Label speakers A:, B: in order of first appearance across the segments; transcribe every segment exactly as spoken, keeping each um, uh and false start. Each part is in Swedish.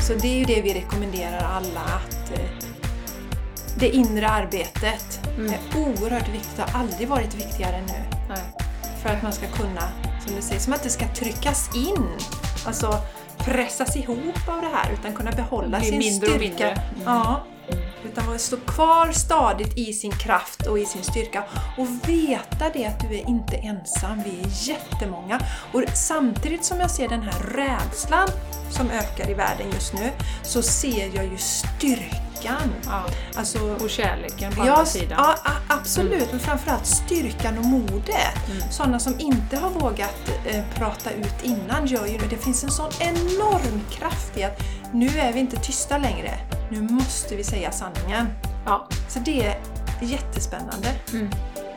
A: Alltså det är ju det vi rekommenderar alla, att eh, det inre arbetet mm. är oerhört viktigt och har aldrig varit viktigare än nu.
B: Nej.
A: För att man ska kunna, som du säger, som att det ska tryckas in. Alltså pressas ihop av det här, utan kunna behålla sin
B: mindre
A: styrka.
B: Och mindre. Mm.
A: Ja. Utan att stå kvar stadigt i sin kraft och i sin styrka. Och veta det att du är inte ensam. Vi är jättemånga. Och samtidigt som jag ser den här rädslan som ökar i världen just nu, så ser jag ju styrkan.
B: Ja.
A: Alltså,
B: och kärleken på
A: ja,
B: andra sidan.
A: Ja, absolut. Mm. Men framförallt styrkan och modet. Mm. Sådana som inte har vågat eh, prata ut innan gör ju det. Det finns en sån enorm kraft i att nu är vi inte tysta längre. Nu måste vi säga sanningen.
B: Ja.
A: Så det är jättespännande.
B: Mm.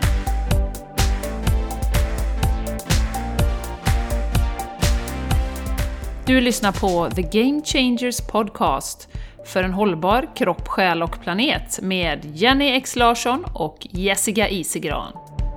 B: Du lyssnar på The Game Changers Podcast för en hållbar kropp, själ och planet med Jenny X Larsson och Jessica Isegran.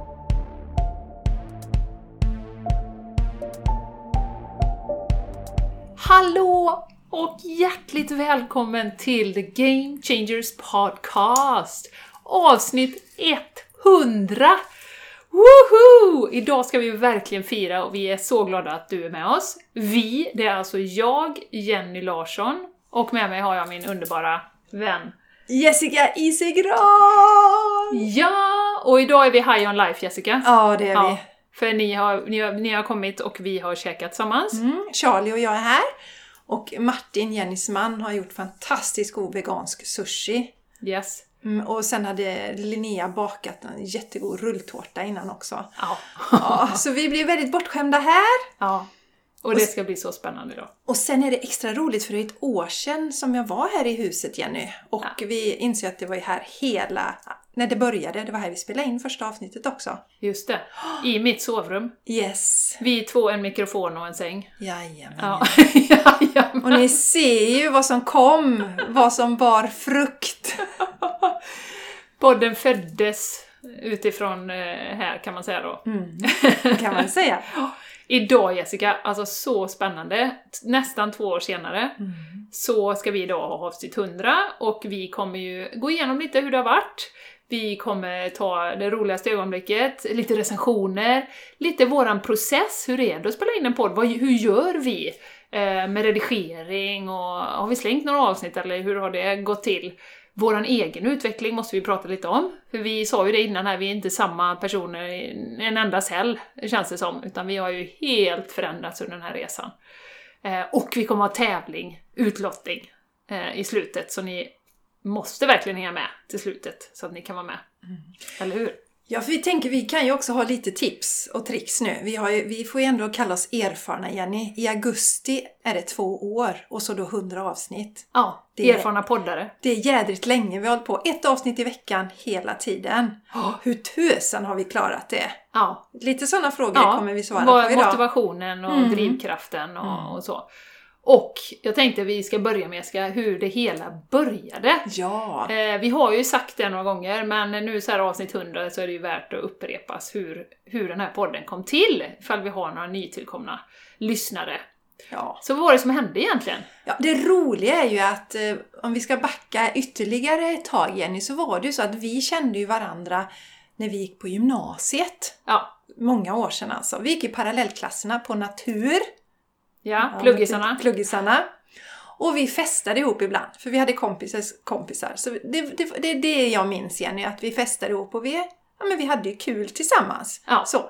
B: Hallå och hjärtligt välkommen till The Game Changers Podcast, avsnitt hundra! Woohoo! Idag ska vi verkligen fira och vi är så glada att du är med oss. Vi, det är alltså jag, Jenny Larsson, och med mig har jag min underbara vän
A: Jessica Isegran!
B: Ja, och idag är vi high on life, Jessica.
A: Ja, det är
B: ja,
A: vi.
B: För ni har, ni, har, ni har kommit och vi har käkat tillsammans.
A: Mm, Charlie och jag är här. Och Martin, Jennys man, har gjort fantastisk god vegansk sushi.
B: Yes.
A: Mm, och sen hade Linnea bakat en jättegod rulltårta innan också.
B: Ja.
A: Ja, så vi blir väldigt bortskämda här.
B: Ja. Och det ska bli så spännande då.
A: Och sen är det extra roligt för det är ett år sedan som jag var här i huset, Jenny. Och ja. Vi insåg att det var här hela, när det började, det var här vi spelade in första avsnittet också.
B: Just det, i mitt sovrum.
A: Yes.
B: Vi två, en mikrofon och en säng.
A: Jajamän.
B: Ja. Jajamän.
A: Och ni ser ju vad som kom, vad som bar frukt.
B: Podden föddes utifrån här, kan man säga då.
A: Mm, kan man säga.
B: Idag, Jessica, alltså så spännande, nästan två år senare mm. så ska vi idag ha avsnitt hundra och vi kommer ju gå igenom lite hur det har varit. Vi kommer ta det roligaste ögonblicket, lite recensioner, lite våran process, hur är det att spela in en podd, Vad, hur gör vi eh, med redigering och har vi slängt några avsnitt eller hur har det gått till? Våran egen utveckling måste vi prata lite om. För vi sa ju det innan här, vi är inte samma personer i en enda cell, känns det som. Utan vi har ju helt förändrats under den här resan. Eh, och vi kommer ha tävling, utlottning eh, i slutet. Så ni måste verkligen hänga med till slutet så att ni kan vara med. Mm. Eller hur?
A: Ja, för vi tänker vi kan ju också ha lite tips och tricks nu. Vi, har ju, vi får ju ändå kalla oss erfarna, Jenny. I augusti är det två år och så då hundra avsnitt.
B: Ja, det erfarna är, poddare.
A: Det är jädrigt länge. Vi har hållit på ett avsnitt i veckan hela tiden. Oh. Hur tusen har vi klarat det?
B: Ja.
A: Lite sådana frågor ja. kommer vi svara
B: Var,
A: på idag.
B: Motivationen och mm. drivkraften och,
A: mm.
B: och så. Och jag tänkte vi ska börja med ska, hur det hela började.
A: Ja.
B: Eh, vi har ju sagt det några gånger, men nu så här avsnitt hundra så är det ju värt att upprepas hur, hur den här podden kom till. Ifall vi har några nytillkomna lyssnare.
A: Ja.
B: Så vad var det som hände egentligen?
A: Ja, det roliga är ju att eh, om vi ska backa ytterligare ett tag, Jenny, så var det ju så att vi kände ju varandra när vi gick på gymnasiet.
B: Ja.
A: Många år sedan alltså. Vi gick i parallellklasserna på natur.
B: Ja, pluggisarna.
A: Ja, pluggisarna. Och vi festade ihop ibland. För vi hade kompisar. kompisar. Så det, det, det är det jag minns igen. Att vi festade ihop och vi, ja, men vi hade ju kul tillsammans.
B: Ja.
A: Så.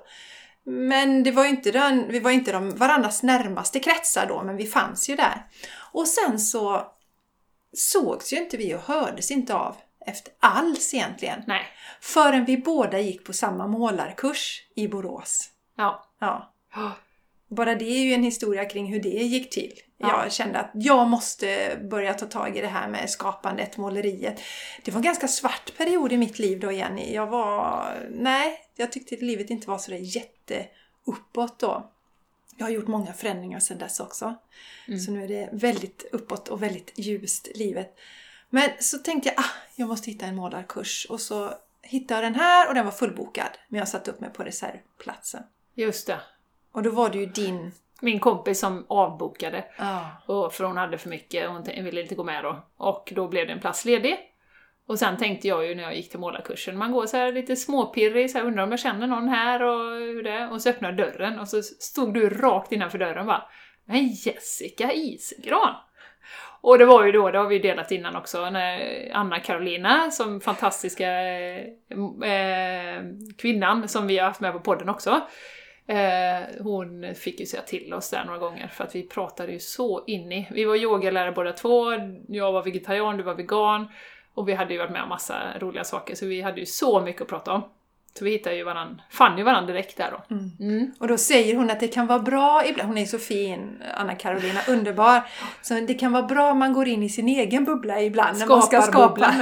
A: Men det var ju inte den, vi var inte de varandras närmaste kretsar då. Men vi fanns ju där. Och sen så sågs ju inte vi och hördes inte av efter alls egentligen.
B: Nej.
A: Förrän vi båda gick på samma målarkurs i Borås.
B: Ja.
A: Ja. Bara det är ju en historia kring hur det gick till.
B: Ja.
A: Jag kände att jag måste börja ta tag i det här med skapandet, måleriet. Det var en ganska svart period i mitt liv då, Jenny. Jag var, nej, jag tyckte att livet inte var så där jätte uppåt då. Jag har gjort många förändringar sedan dess också. Mm. Så nu är det väldigt uppåt och väldigt ljust livet. Men så tänkte jag, ah, jag måste hitta en målarkurs. Och så hittade jag den här och den var fullbokad. Men jag satte upp mig på reservplatsen.
B: Just det.
A: Och då var det ju din
B: min kompis som avbokade.
A: Ja.
B: Och för hon hade för mycket och hon ville inte gå med då. Och då blev det en plats ledig. Och sen tänkte jag ju när jag gick till målarkursen, man går så här lite småpirrig, så här, undrar om jag känner någon här och hur det är. Och så öppnar dörren och så stod du rakt innanför dörren och bara, men Jessica Isegran! Och det var ju då, det har vi delat innan också, när Anna Karolina, som fantastiska eh, kvinnan som vi har haft med på podden också, eh, hon fick ju säga till oss där några gånger för att vi pratade ju så in i. Vi var yogalärare båda två, jag var vegetarian, du var vegan och vi hade ju varit med om massa roliga saker så vi hade ju så mycket att prata om. Så vi hittade ju varann, fann ju varandra direkt där då.
A: Mm.
B: Mm.
A: Och då säger hon att det kan vara bra ibland. Hon är så fin, Anna Karolina, underbar. Så det kan vara bra om man går in i sin egen bubbla ibland när man ska skapa.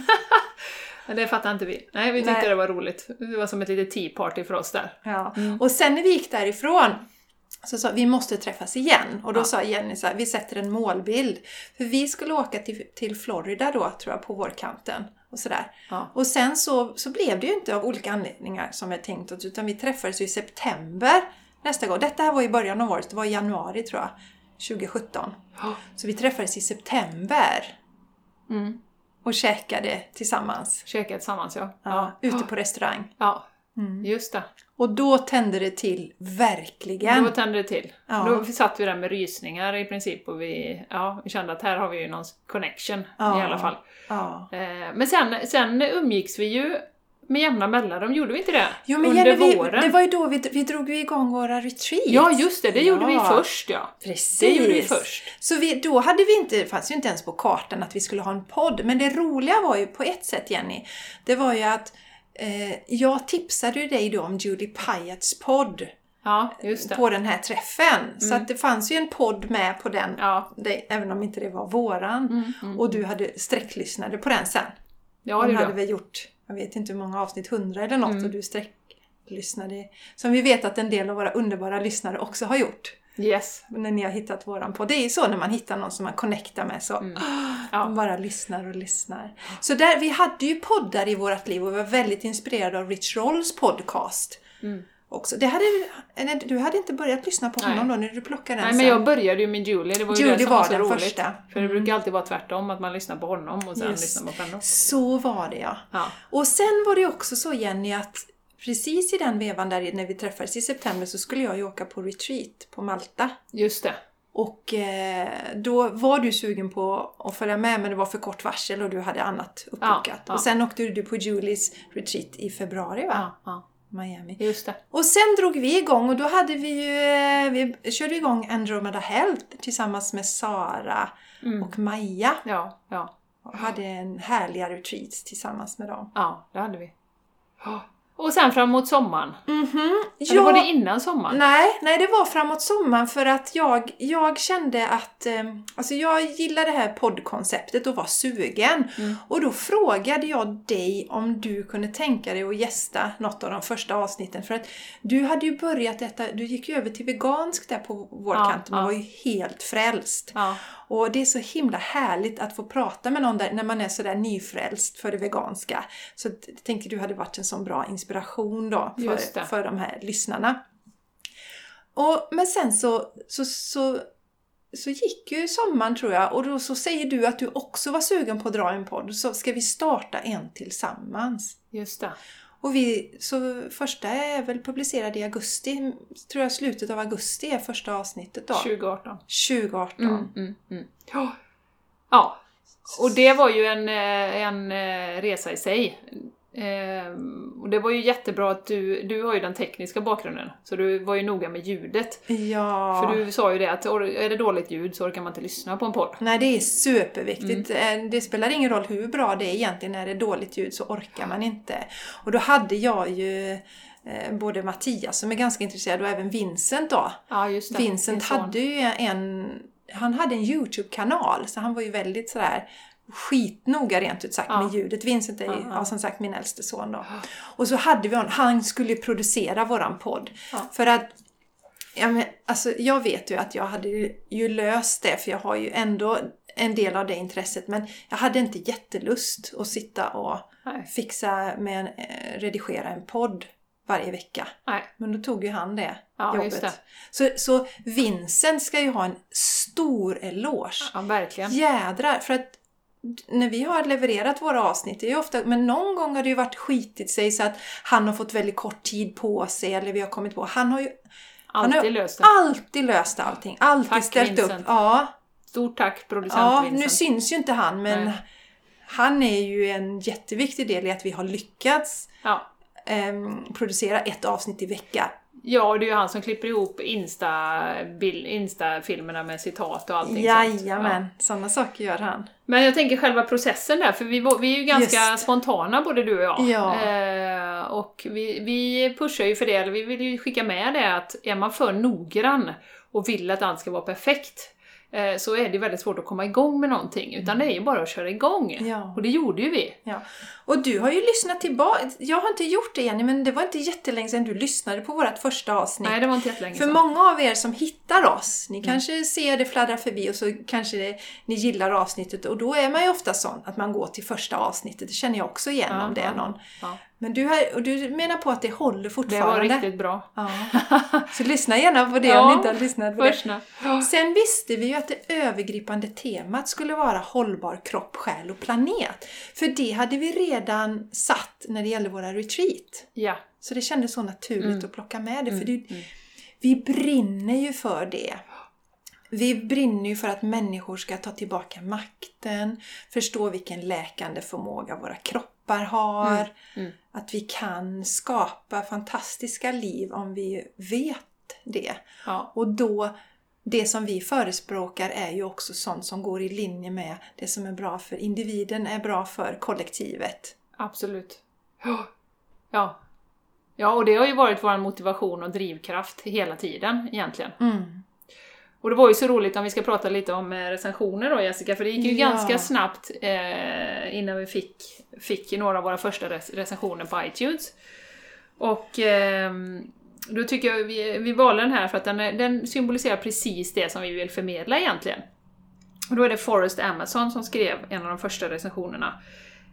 B: Men det fattar inte vi. Nej, vi tyckte
A: Nej.
B: det var roligt. Det var som ett litet tea party för oss där.
A: Ja.
B: Mm.
A: Och sen när vi gick därifrån så sa vi måste träffas igen. Och då
B: Ja.
A: sa Jenny så här, vi sätter en målbild. För vi skulle åka till, till Florida då, tror jag, på vårkanten. Och sådär.
B: Ja.
A: Och sen så, så blev det ju inte av olika anledningar som jag tänkt oss, utan vi träffades ju i september nästa gång. Detta här var i början av året, det var i januari tror jag, tjugohundrasjutton.
B: Ja.
A: Så vi träffades i september
B: Mm.
A: och käkade tillsammans.
B: Käkade tillsammans, ja.
A: Ja, ute på restaurang.
B: Ja,
A: Mm.
B: just det.
A: Och då tände det till, verkligen.
B: Då tände det till.
A: Ja.
B: Då satt vi där med rysningar i princip och vi, ja, vi kände att här har vi ju någon connection
A: Ja.
B: i alla fall.
A: Ja.
B: Eh, men sen, sen umgicks vi ju med jämna mellanrum, gjorde vi inte det?
A: Jo, men
B: Under
A: Jenny, vi,
B: våren.
A: det var ju då vi, vi drog ju igång våra retreats.
B: Ja, just det. Det gjorde vi
A: Ja.
B: först, ja.
A: Precis.
B: Det gjorde vi först.
A: Så vi, då hade vi inte, det fanns ju inte ens på kartan att vi skulle ha en podd. Men det roliga var ju på ett sätt, Jenny, det var ju att eh, jag tipsade ju dig då om Julie Pyatt's podd
B: Ja, just det.
A: på den här träffen. Så att det fanns ju en podd med på den,
B: Ja.
A: det, även om inte det var våran.
B: Mm, mm.
A: Och du hade sträcklyssnade på den sen.
B: Ja,
A: Hon
B: det
A: hade
B: gjorde
A: väl gjort, jag vet inte hur många avsnitt, hundra eller något,
B: Mm.
A: och du sträcklyssnade. Som vi vet att en del av våra underbara lyssnare också har gjort.
B: jag. Yes.
A: När ni har hittat våran på. Det är ju så när man hittar någon som man connectar med, så
B: Mm.
A: man
B: Ja.
A: bara lyssnar och lyssnar. Så där, vi hade ju poddar i vårt liv och vi var väldigt inspirerade av Rich Rolls podcast.
B: Mm.
A: Också. Det hade, eller, du hade inte börjat lyssna på
B: Nej.
A: honom då när du plockade den
B: Nej,
A: sen.
B: men jag började ju med Julie. Det var ju
A: Julie
B: det som
A: var
B: var så
A: den
B: roligt.
A: första.
B: För det brukar alltid vara tvärtom, att man lyssnar på honom och sen
A: Just.
B: lyssnar man på henne.
A: Så var det, ja.
B: Ja.
A: Och sen var det också så, Jenny, att precis i den vevan där när vi träffades i september så skulle jag ju åka på retreat på Malta.
B: Just det.
A: Och eh, då var du sugen på att följa med, men det var för kort varsel och du hade annat uppbokat.
B: Ja, ja.
A: Och sen åkte du på Julies retreat i februari, va?
B: Ja, ja.
A: Miami.
B: Just det.
A: Och sen drog vi igång och då hade vi ju, eh, vi körde igång Andromeda Health tillsammans med Sara
B: Mm.
A: och Maja.
B: Ja, ja.
A: Och hade en härliga retreats tillsammans med dem.
B: Ja, det hade vi. Ja. Och sen fram mot sommaren.
A: Mhm.
B: Eller var det innan sommaren?
A: Nej, nej, det var framåt sommaren för att jag, jag kände att eh, alltså jag gillar det här poddkonceptet och var sugen.
B: Mm.
A: Och då frågade jag dig om du kunde tänka dig att gästa något av de första avsnitten. För att du hade ju börjat äta, du gick ju över till vegansk där på vårkanten.
B: Ja,
A: Man
B: ja.
A: var ju helt frälst.
B: Ja.
A: Och det är så himla härligt att få prata med någon där när man är sådär nyfrälst för det veganska. Så jag tänkte du hade varit en sån bra inspiration då
B: Just
A: för,
B: det.
A: för de här lyssnarna. Och, men sen så, så, så, så gick ju sommaren, tror jag, och då så säger du att du också var sugen på att dra en podd. Så ska vi starta en tillsammans.
B: Just det.
A: Och vi, så första är väl publicerad i augusti, tror jag slutet av augusti är första avsnittet då.
B: tjugo arton.
A: tjugo arton.
B: Mm, mm, mm. Ja. Ja. Och det var ju en, eh, en eh, resa i sig. Ehm, och det var ju jättebra att du, du har ju den tekniska bakgrunden. Så du var ju noga med ljudet.
A: Ja.
B: För du sa ju det att or- är det dåligt ljud så orkar man inte lyssna på en podd.
A: Nej, det är superviktigt.
B: Mm.
A: Det spelar ingen roll hur bra det är egentligen. När det är dåligt ljud så orkar man inte. Och då hade jag ju eh, både Mattias som är ganska intresserad och även Vincent då.
B: Ja, just det.
A: Vincent
B: Din son.
A: hade ju en, han hade en YouTube-kanal så han var ju väldigt sådär skitnoga rent ut sagt
B: Ja.
A: med ljudet. Vincent är ju,
B: Ja, ja.
A: ja, som sagt min äldste son då. Och så hade vi honom, han skulle producera våran podd.
B: Ja.
A: För att ja, men, alltså, jag vet ju att jag hade ju, ju löst det, för jag har ju ändå en del av det intresset, men jag hade inte jättelust att sitta och
B: Nej.
A: fixa med en, eh, redigera en podd varje vecka.
B: Nej.
A: Men då tog ju han det
B: ja,
A: jobbet.
B: Just det.
A: Så, så Vincent ska ju ha en stor eloge.
B: Ja, verkligen.
A: Jädrar, för att när vi har levererat våra avsnitt, det är ju ofta, men någon gång har det ju varit skitigt sig så att han har fått väldigt kort tid på sig, eller vi har kommit på. Han har ju
B: alltid,
A: han har
B: löst, det.
A: alltid löst allting. Alltid
B: tack,
A: ställt
B: Vincent.
A: upp. Ja.
B: Stort tack, producent
A: ja,
B: Vincent.
A: Nu syns ju inte han, men Nej. han är ju en jätteviktig del i att vi har lyckats
B: ja.
A: um, producera ett avsnitt i veckan.
B: Ja, och det är ju han som klipper ihop Insta, bild, Insta-filmerna med citat och allting.
A: Jajamän,
B: ja.
A: sådana saker gör han.
B: Men jag tänker själva processen där, för vi, vi är ju ganska
A: Just.
B: spontana både du och jag.
A: Ja.
B: Eh, och vi, vi pushar ju för det, eller vi vill ju skicka med det att är man för noggrann och vill att allt ska vara perfekt, eh, så är det väldigt svårt att komma igång med någonting. Utan det är ju bara att köra igång.
A: Ja.
B: Och det gjorde ju vi.
A: Ja. Och du har ju lyssnat tillbaka. Jag har inte gjort det, Jenny, men det var inte jättelänge sedan du lyssnade på vårt första avsnitt.
B: Nej, det var inte jättelänge
A: För
B: sedan.
A: många av er som hittar oss, ni mm. kanske ser det fladdra förbi och så kanske det, ni gillar avsnittet. Och då är man ju ofta sån att man går till första avsnittet. Det känner jag också igen ja, om det är någon.
B: Ja.
A: Men du, har, och du menar på att det håller fortfarande.
B: Det var riktigt bra.
A: Ja. Så lyssna gärna på det
B: ja,
A: om ni inte har lyssnat på
B: förstna.
A: det.
B: Ja.
A: Sen visste vi ju att det övergripande temat skulle vara hållbar kropp, själ och planet. För det hade vi redan satt när det gäller våra retreat.
B: Ja.
A: Så det kändes så naturligt mm. att plocka med det. För det,
B: mm.
A: vi brinner ju för det. Vi brinner ju för att människor ska ta tillbaka makten. Förstå vilken läkande förmåga våra kroppar har.
B: Mm. Mm.
A: Att vi kan skapa fantastiska liv om vi vet det.
B: Ja.
A: Och då, det som vi förespråkar är ju också sånt som går i linje med det som är bra för individen, är bra för kollektivet.
B: Absolut. Ja. Ja, och det har ju varit vår motivation och drivkraft hela tiden egentligen.
A: Mm.
B: Och det var ju så roligt om vi ska prata lite om recensioner då, Jessica, för det gick ju
A: ja.
B: ganska snabbt eh, innan vi fick, fick några av våra första res- recensioner på iTunes. Och eh, då tycker jag vi, vi valde den här för att den, den symboliserar precis det som vi vill förmedla egentligen. Och då är det Forrest Amazon som skrev en av de första recensionerna.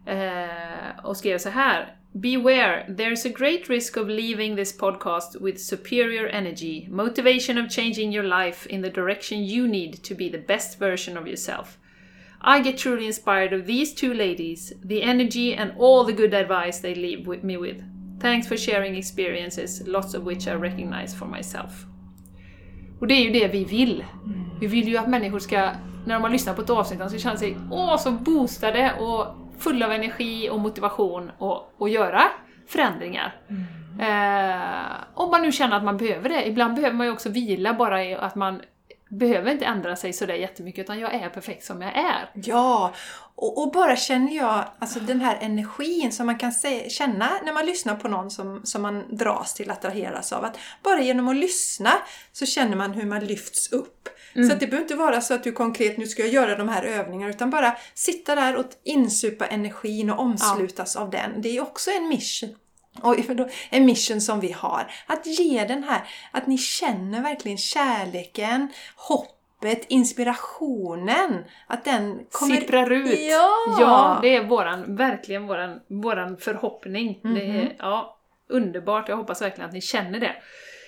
B: Eh, och skrev så här: Beware, there is a great risk of leaving this podcast with superior energy, motivation of changing your life in the direction you need to be the best version of yourself. I get truly inspired of these two ladies, the energy and all the good advice they leave with me with. Thanks for sharing experiences, lots of which I recognize for myself. Och det är ju det vi vill. Vi vill ju att människor ska, när de har lyssnat på ett avsnitt, ska känna sig åh, så boostade och full av energi och motivation och, och göra förändringar. Mm. Eh, om man nu känner att man behöver det. Ibland behöver man ju också vila bara i att man behöver inte ändra sig så där jättemycket, utan jag är perfekt som jag är.
A: Ja, och, och bara känner jag alltså den här energin som man kan se, känna när man lyssnar på någon som, som man dras till, attraheras av. Att bara genom att lyssna så känner man hur man lyfts upp. Mm. Så att det behöver inte vara så att du konkret, nu ska jag göra de här övningarna, utan bara sitta där och insupa energin och omslutas ja. av den. Det är också en mission. Och en mission som vi har. Att ge den här, att ni känner verkligen kärleken, hoppet, inspirationen. Att den kommer...
B: sipprar ut.
A: Ja,
B: ja det är våran, verkligen våran, våran förhoppning.
A: Mm-hmm.
B: Det är ja, underbart. Jag hoppas verkligen att ni känner det.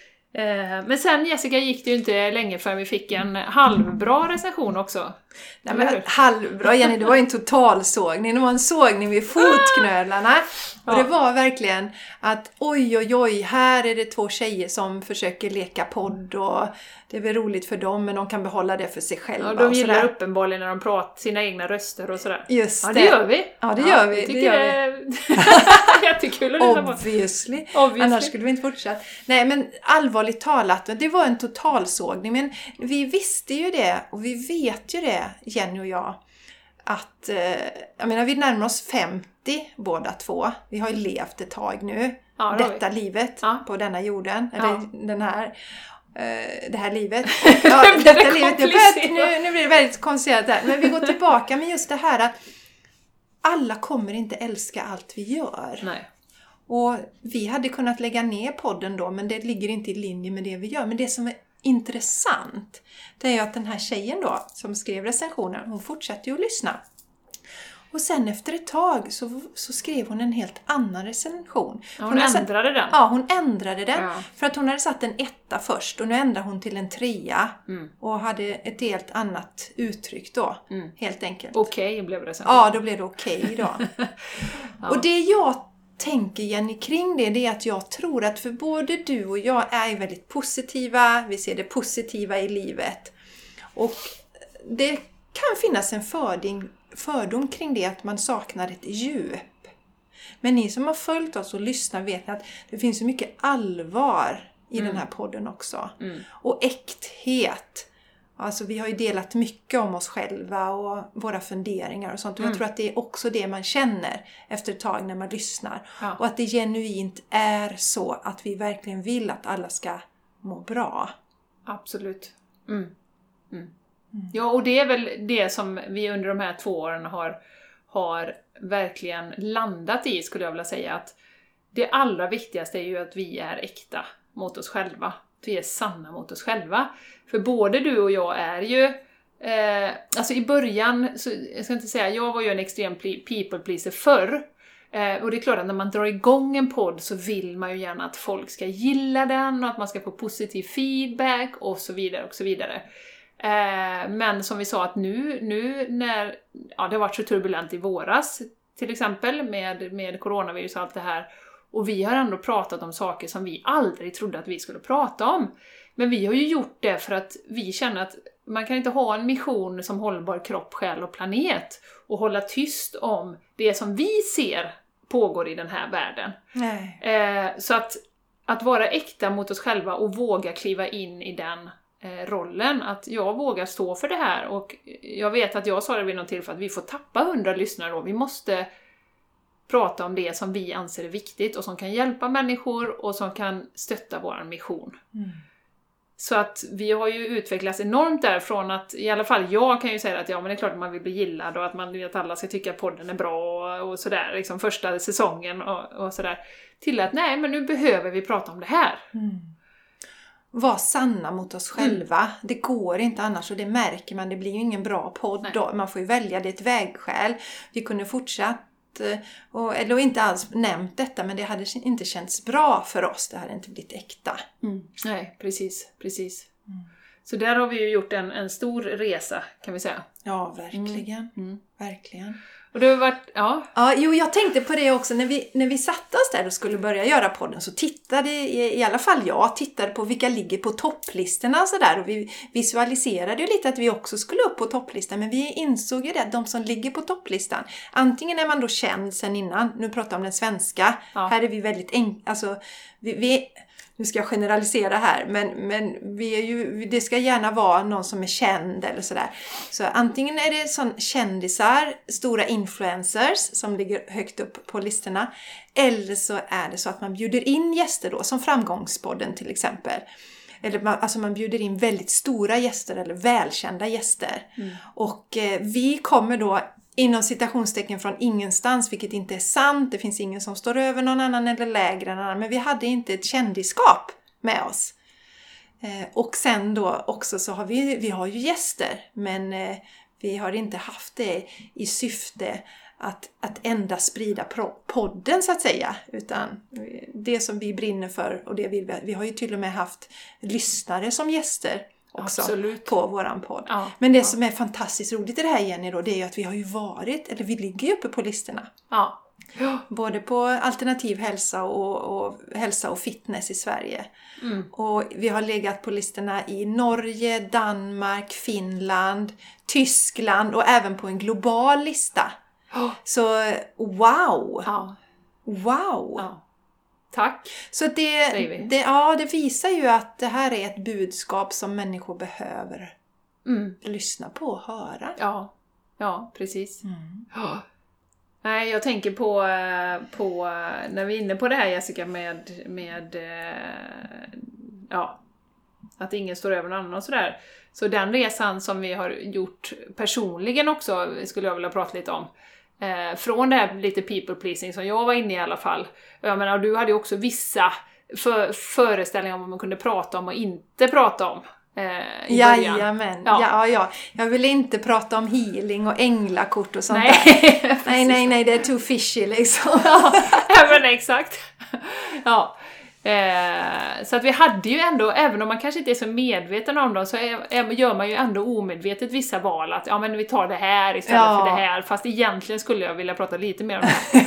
B: Men sen, Jessica, gick det ju inte länge förrän vi fick en halvbra recension också.
A: Nej, men halvbra, Jenny, det var ju en totalsågning. Det var en sågning vid fotknölarna. Och det var verkligen att oj, oj, oj, här är det två tjejer som försöker leka podd och det är väl roligt för dem, men de kan behålla det för sig själva.
B: Ja, de gillar uppenbarligen när de pratar sina egna röster och sådär.
A: Just
B: ja,
A: det.
B: det gör vi.
A: Ja, det gör vi.
B: Jag
A: tycker
B: det är jättekul att lyssna på.
A: Obviously.
B: Obviously.
A: Annars skulle vi inte fortsätta. Nej, men allvarligt talat, det var en totalsågning. Men vi visste ju det, och vi vet ju det, Jenny och jag, att eh, jag menar, vi närmar oss femtio båda två. Vi har ju levt ett tag nu.
B: Ja,
A: detta livet
B: ja.
A: på denna jorden. Eller
B: ja.
A: den här, eh, det här livet. Ja, detta livet. Det börjat, nu, nu blir det väldigt komplicerat där. Men vi går tillbaka med just det här att alla kommer inte älska allt vi gör.
B: Nej.
A: Och vi hade kunnat lägga ner podden då, men det ligger inte i linje med det vi gör. Men det som är intressant, det är ju att den här tjejen då som skrev recensionen, hon fortsätter ju att lyssna. Och sen efter ett tag så, så skrev hon en helt annan recension.
B: Ja, hon, hon ändrade satt, den.
A: Ja, hon ändrade den.
B: Ja.
A: För att hon hade satt en etta först och nu ändrade hon till en trea. Mm. Och hade ett helt annat uttryck då, mm. helt enkelt.
B: Okej okay, blev det sen.
A: Ja, då blev det okej okay då. Ja. Och det jag tänker, Jenny, kring det, det är att jag tror att för både du och jag är väldigt positiva. Vi ser det positiva i livet. Och det kan finnas en fördom, fördom kring det att man saknar ett djup. Men ni som har följt oss och lyssnar vet att det finns så mycket allvar i mm. den här podden också. Mm. Och äkthet. Alltså vi har ju delat mycket om oss själva och våra funderingar och sånt. Och mm. jag tror att det är också det man känner efter ett tag när man lyssnar. Ja. Och att det genuint är så att vi verkligen vill att alla ska må bra.
B: Absolut. Mm. Mm. Mm. Ja, och det är väl det som vi under de här två åren har, har verkligen landat i, skulle jag vilja säga. Att det allra viktigaste är ju att vi är äkta mot oss själva. Att vi är sanna mot oss själva. För både du och jag är ju... Eh, alltså i början, så, jag ska inte säga, jag var ju en extrem people pleaser förr. Eh, och det är klart att när man drar igång en podd så vill man ju gärna att folk ska gilla den och att man ska få positiv feedback och så vidare och så vidare. Eh, men som vi sa att nu, nu när ja, det har varit så turbulent i våras till exempel med, med coronavirus och allt det här, och vi har ändå pratat om saker som vi aldrig trodde att vi skulle prata om. Men vi har ju gjort det för att vi känner att man kan inte ha en mission som hållbar kropp, själ och planet och hålla tyst om det som vi ser pågår i den här världen.
A: Nej.
B: Eh, så att, att vara äkta mot oss själva och våga kliva in i den eh, rollen. Att jag vågar stå för det här. Och jag vet att jag sa det vid någon tillfälle att vi får tappa hundra lyssnare då. Vi måste prata om det som vi anser är viktigt och som kan hjälpa människor och som kan stötta vår mission. Mm. Så att vi har ju utvecklats enormt därifrån att, i alla fall jag kan ju säga att ja, men det är klart att man vill bli gillad och att man vill att alla ska tycka att podden är bra och, och sådär, liksom första säsongen och, och sådär. Till att nej, men nu behöver vi prata om det här.
A: Mm. Var sanna mot oss själva. Mm. Det går inte annars och det märker man, det blir ju ingen bra podd nej. Då. Man får ju välja, det är ett vägskäl. Vi kunde fortsatt Och, eller inte alls nämnt detta, men det hade inte känts bra för oss. Det hade inte blivit äkta.
B: Mm. Nej, precis. precis. Mm. Så där har vi ju gjort en, en stor resa, kan vi säga.
A: Ja, verkligen. Mm. Mm. Verkligen.
B: Och det har varit, ja.
A: Ja, jo, jag tänkte på det också. När vi, när vi satte oss där och skulle börja göra podden så tittade, i, i alla fall jag, tittade på vilka ligger på topplistorna och sådär. Och vi visualiserade ju lite att vi också skulle upp på topplistan. Men vi insåg ju det att de som ligger på topplistan, antingen är man då känd sen innan, nu pratar jag om den svenska. Ja. Här är vi väldigt enkla, alltså vi... vi nu ska jag generalisera här, men, men vi är ju, det ska gärna vara någon som är känd eller sådär. Så antingen är det sån kändisar, stora influencers som ligger högt upp på listorna. Eller så är det så att man bjuder in gäster då, som Framgångspodden till exempel. Eller man, alltså man bjuder in väldigt stora gäster eller välkända gäster. Mm. Och eh, vi kommer då inom citationstecken från ingenstans, vilket inte är sant. Det finns ingen som står över någon annan eller lägre än någon annan. Men vi hade inte ett kändisskap med oss. Eh, och sen då också så har vi, vi har ju gäster. Men eh, vi har inte haft det i syfte att, att endast sprida podden så att säga. Utan det som vi brinner för och det vill vi. Vi har ju till och med haft lyssnare som gäster. Också absolut. På våran podd. Ja, men det ja. Som är fantastiskt roligt i det här, Jenny, då, det är ju att vi har ju varit, eller vi ligger ju uppe på listorna.
B: Ja.
A: Både på alternativ hälsa och, och hälsa och fitness i Sverige. Mm. Och vi har legat på listorna i Norge, Danmark, Finland, Tyskland och även på en global lista. Oh. Så wow!
B: Ja.
A: Wow!
B: Ja. Tack,
A: så det, det, ja, det visar ju att det här är ett budskap som människor behöver mm. lyssna på och höra.
B: Ja, ja precis.
A: Mm.
B: Ja. Nej, jag tänker på, på, när vi är inne på det här, Jessica, med, med ja, att ingen står över någon annan och sådär. Så den resan som vi har gjort personligen också skulle jag vilja prata lite om. Eh, från det här lite people pleasing som jag var inne i i alla fall. Jag menar, du hade ju också vissa för, föreställningar om vad man kunde prata om och inte prata om. eh, i början.
A: Jajamän.
B: Ja.
A: Ja, ja. Jag vill inte prata om healing och änglakort och sånt
B: Nej.
A: där. nej, nej, nej, det är too fishy liksom.
B: Ja, men exakt. Ja. Eh, så att vi hade ju ändå, även om man kanske inte är så medveten om dem, så är, är, gör man ju ändå omedvetet vissa val att ja men vi tar det här istället
A: ja.
B: för det här, fast egentligen skulle jag vilja prata lite mer om det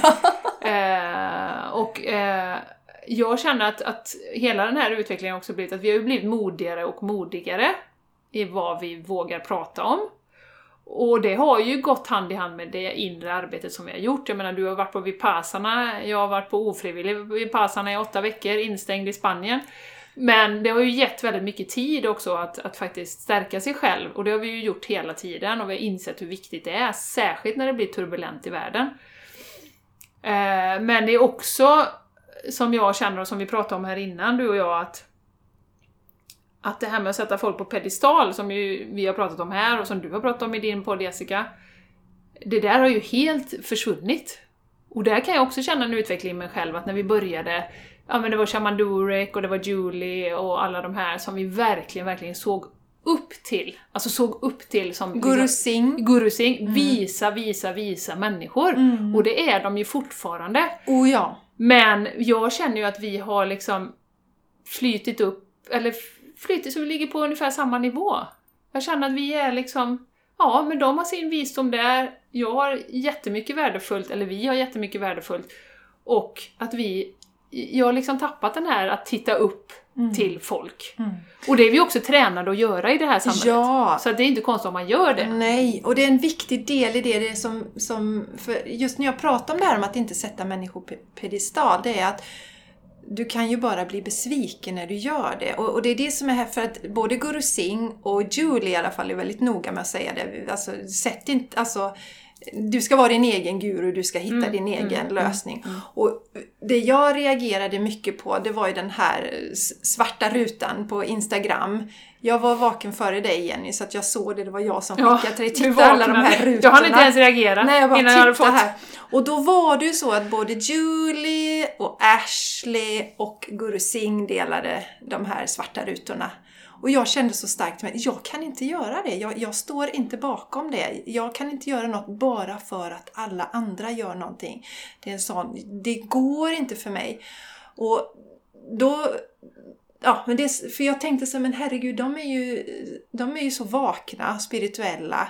B: här. eh, och eh, jag känner att, att hela den här utvecklingen också blivit att vi har ju blivit modigare och modigare i vad vi vågar prata om. Och det har ju gått hand i hand med det inre arbetet som vi har gjort. Jag menar, du har varit på Vipassana, jag har varit på ofrivillig Vipassana i åtta veckor, instängd i Spanien. Men det har ju gett väldigt mycket tid också att, att faktiskt stärka sig själv. Och det har vi ju gjort hela tiden och vi har insett hur viktigt det är, särskilt när det blir turbulent i världen. Eh, men det är också, som jag känner och som vi pratade om här innan, du och jag, att Att det här med att sätta folk på pedestal, som ju vi har pratat om här och som du har pratat om i din podd, Jessica, det där har ju helt försvunnit. Och där kan jag också känna en utveckling i mig själv, att när vi började, ja men det var Shaman Durek och det var Julie och alla de här som vi verkligen, verkligen såg upp till. Alltså såg upp till som
A: Guru Singh.
B: Guru Singh,
A: Mm.
B: visa, visa, visa människor.
A: Mm.
B: Och det är de ju fortfarande.
A: Oh ja.
B: Men jag känner ju att vi har liksom flytit upp, eller flytit så vi ligger på ungefär samma nivå. Jag känner att vi är liksom, ja men de har sin visdom där, jag har jättemycket värdefullt, eller vi har jättemycket värdefullt. Och att vi, jag har liksom tappat den här att titta upp mm. till folk. Mm. Och det är vi också tränade att göra i det här samhället.
A: Ja.
B: Så det är inte konstigt om man gör det.
A: Nej, och det är en viktig del i det, det är som, som för just när jag pratar om det här om att inte sätta människor på pedestal, det är att du kan ju bara bli besviken när du gör det. Och, och det är det som är här, för att både Guru Singh och Julie i alla fall är väldigt noga med att säga det. Alltså, sätt inte, alltså, du ska vara din egen guru, du ska hitta
B: mm,
A: din egen
B: mm,
A: lösning.
B: Mm.
A: Och det jag reagerade mycket på, det var ju den här svarta rutan på Instagram. Jag var vaken före dig, Jenny, så att jag såg det. Det var jag som skickade till dig. Titta alla de här rutorna.
B: Jag hann inte ens reagera.
A: Nej, jag bara
B: innan jag hade fått
A: här. Och då var det ju så att både Julie och Ashley och Guru Singh delade de här svarta rutorna. Och jag kände så starkt, men jag kan inte göra det. Jag, jag står inte bakom det. Jag kan inte göra något bara för att alla andra gör någonting. Det är en sån, det går inte för mig. Och då, ja, men det, för jag tänkte så, men herregud, de är ju, de är ju så vakna, spirituella.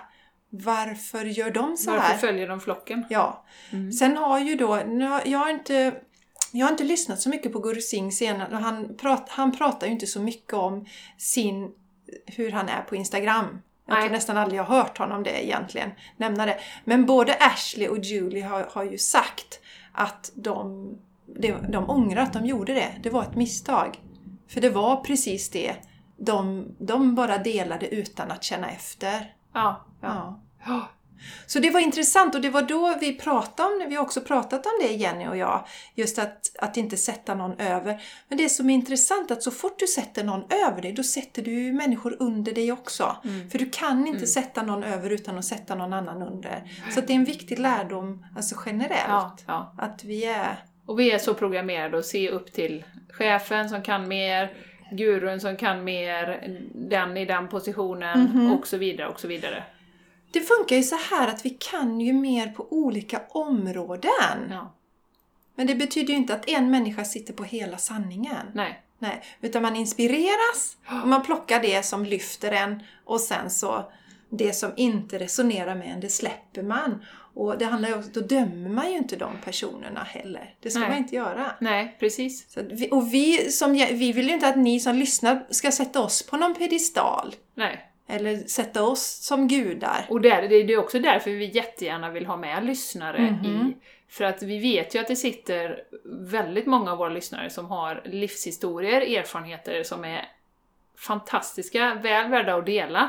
A: Varför gör de så här?
B: Varför följer de flocken?
A: Ja. Mm. Sen har ju då, jag har inte... Jag har inte lyssnat så mycket på Guru Singh senare. Han, prat, han pratar ju inte så mycket om sin, hur han är på Instagram. Jag tror nästan aldrig jag har hört honom det egentligen nämna det. Men både Ashley och Julie har, har ju sagt att de, de, de ångrar att de gjorde det. Det var ett misstag. För det var precis det. De, de bara delade utan att känna efter.
B: Ja, ja.
A: ja. Så det var intressant, och det var då vi pratade om det. Vi har också pratat om det, Jenny och jag. Just att, att inte sätta någon över. Men det som är intressant är att så fort du sätter någon över dig, då sätter du människor under dig också. Mm. För du kan inte mm. sätta någon över utan att sätta någon annan under. Så att det är en viktig lärdom, alltså generellt.
B: Ja, ja.
A: Att vi är...
B: Och vi är så programmerade att se upp till chefen som kan mer, gurun som kan mer, den i den positionen mm-hmm. och så vidare och så vidare.
A: Det funkar ju så här att vi kan ju mer på olika områden.
B: Ja.
A: Men det betyder ju inte att en människa sitter på hela sanningen.
B: Nej.
A: Nej. Utan man inspireras och man plockar det som lyfter en. Och sen så det som inte resonerar med en, det släpper man. Och det handlar ju också, då dömer man ju inte de personerna heller. Det ska
B: Nej.
A: man inte göra.
B: Nej, precis.
A: Så vi, och vi, som, vi vill ju inte att ni som lyssnar ska sätta oss på någon pedestal.
B: Nej.
A: Eller sätta oss som gudar.
B: Och där, det är också därför vi jättegärna vill ha med lyssnare mm-hmm. i. För att vi vet ju att det sitter väldigt många av våra lyssnare som har livshistorier, erfarenheter som är fantastiska, väl värda att dela.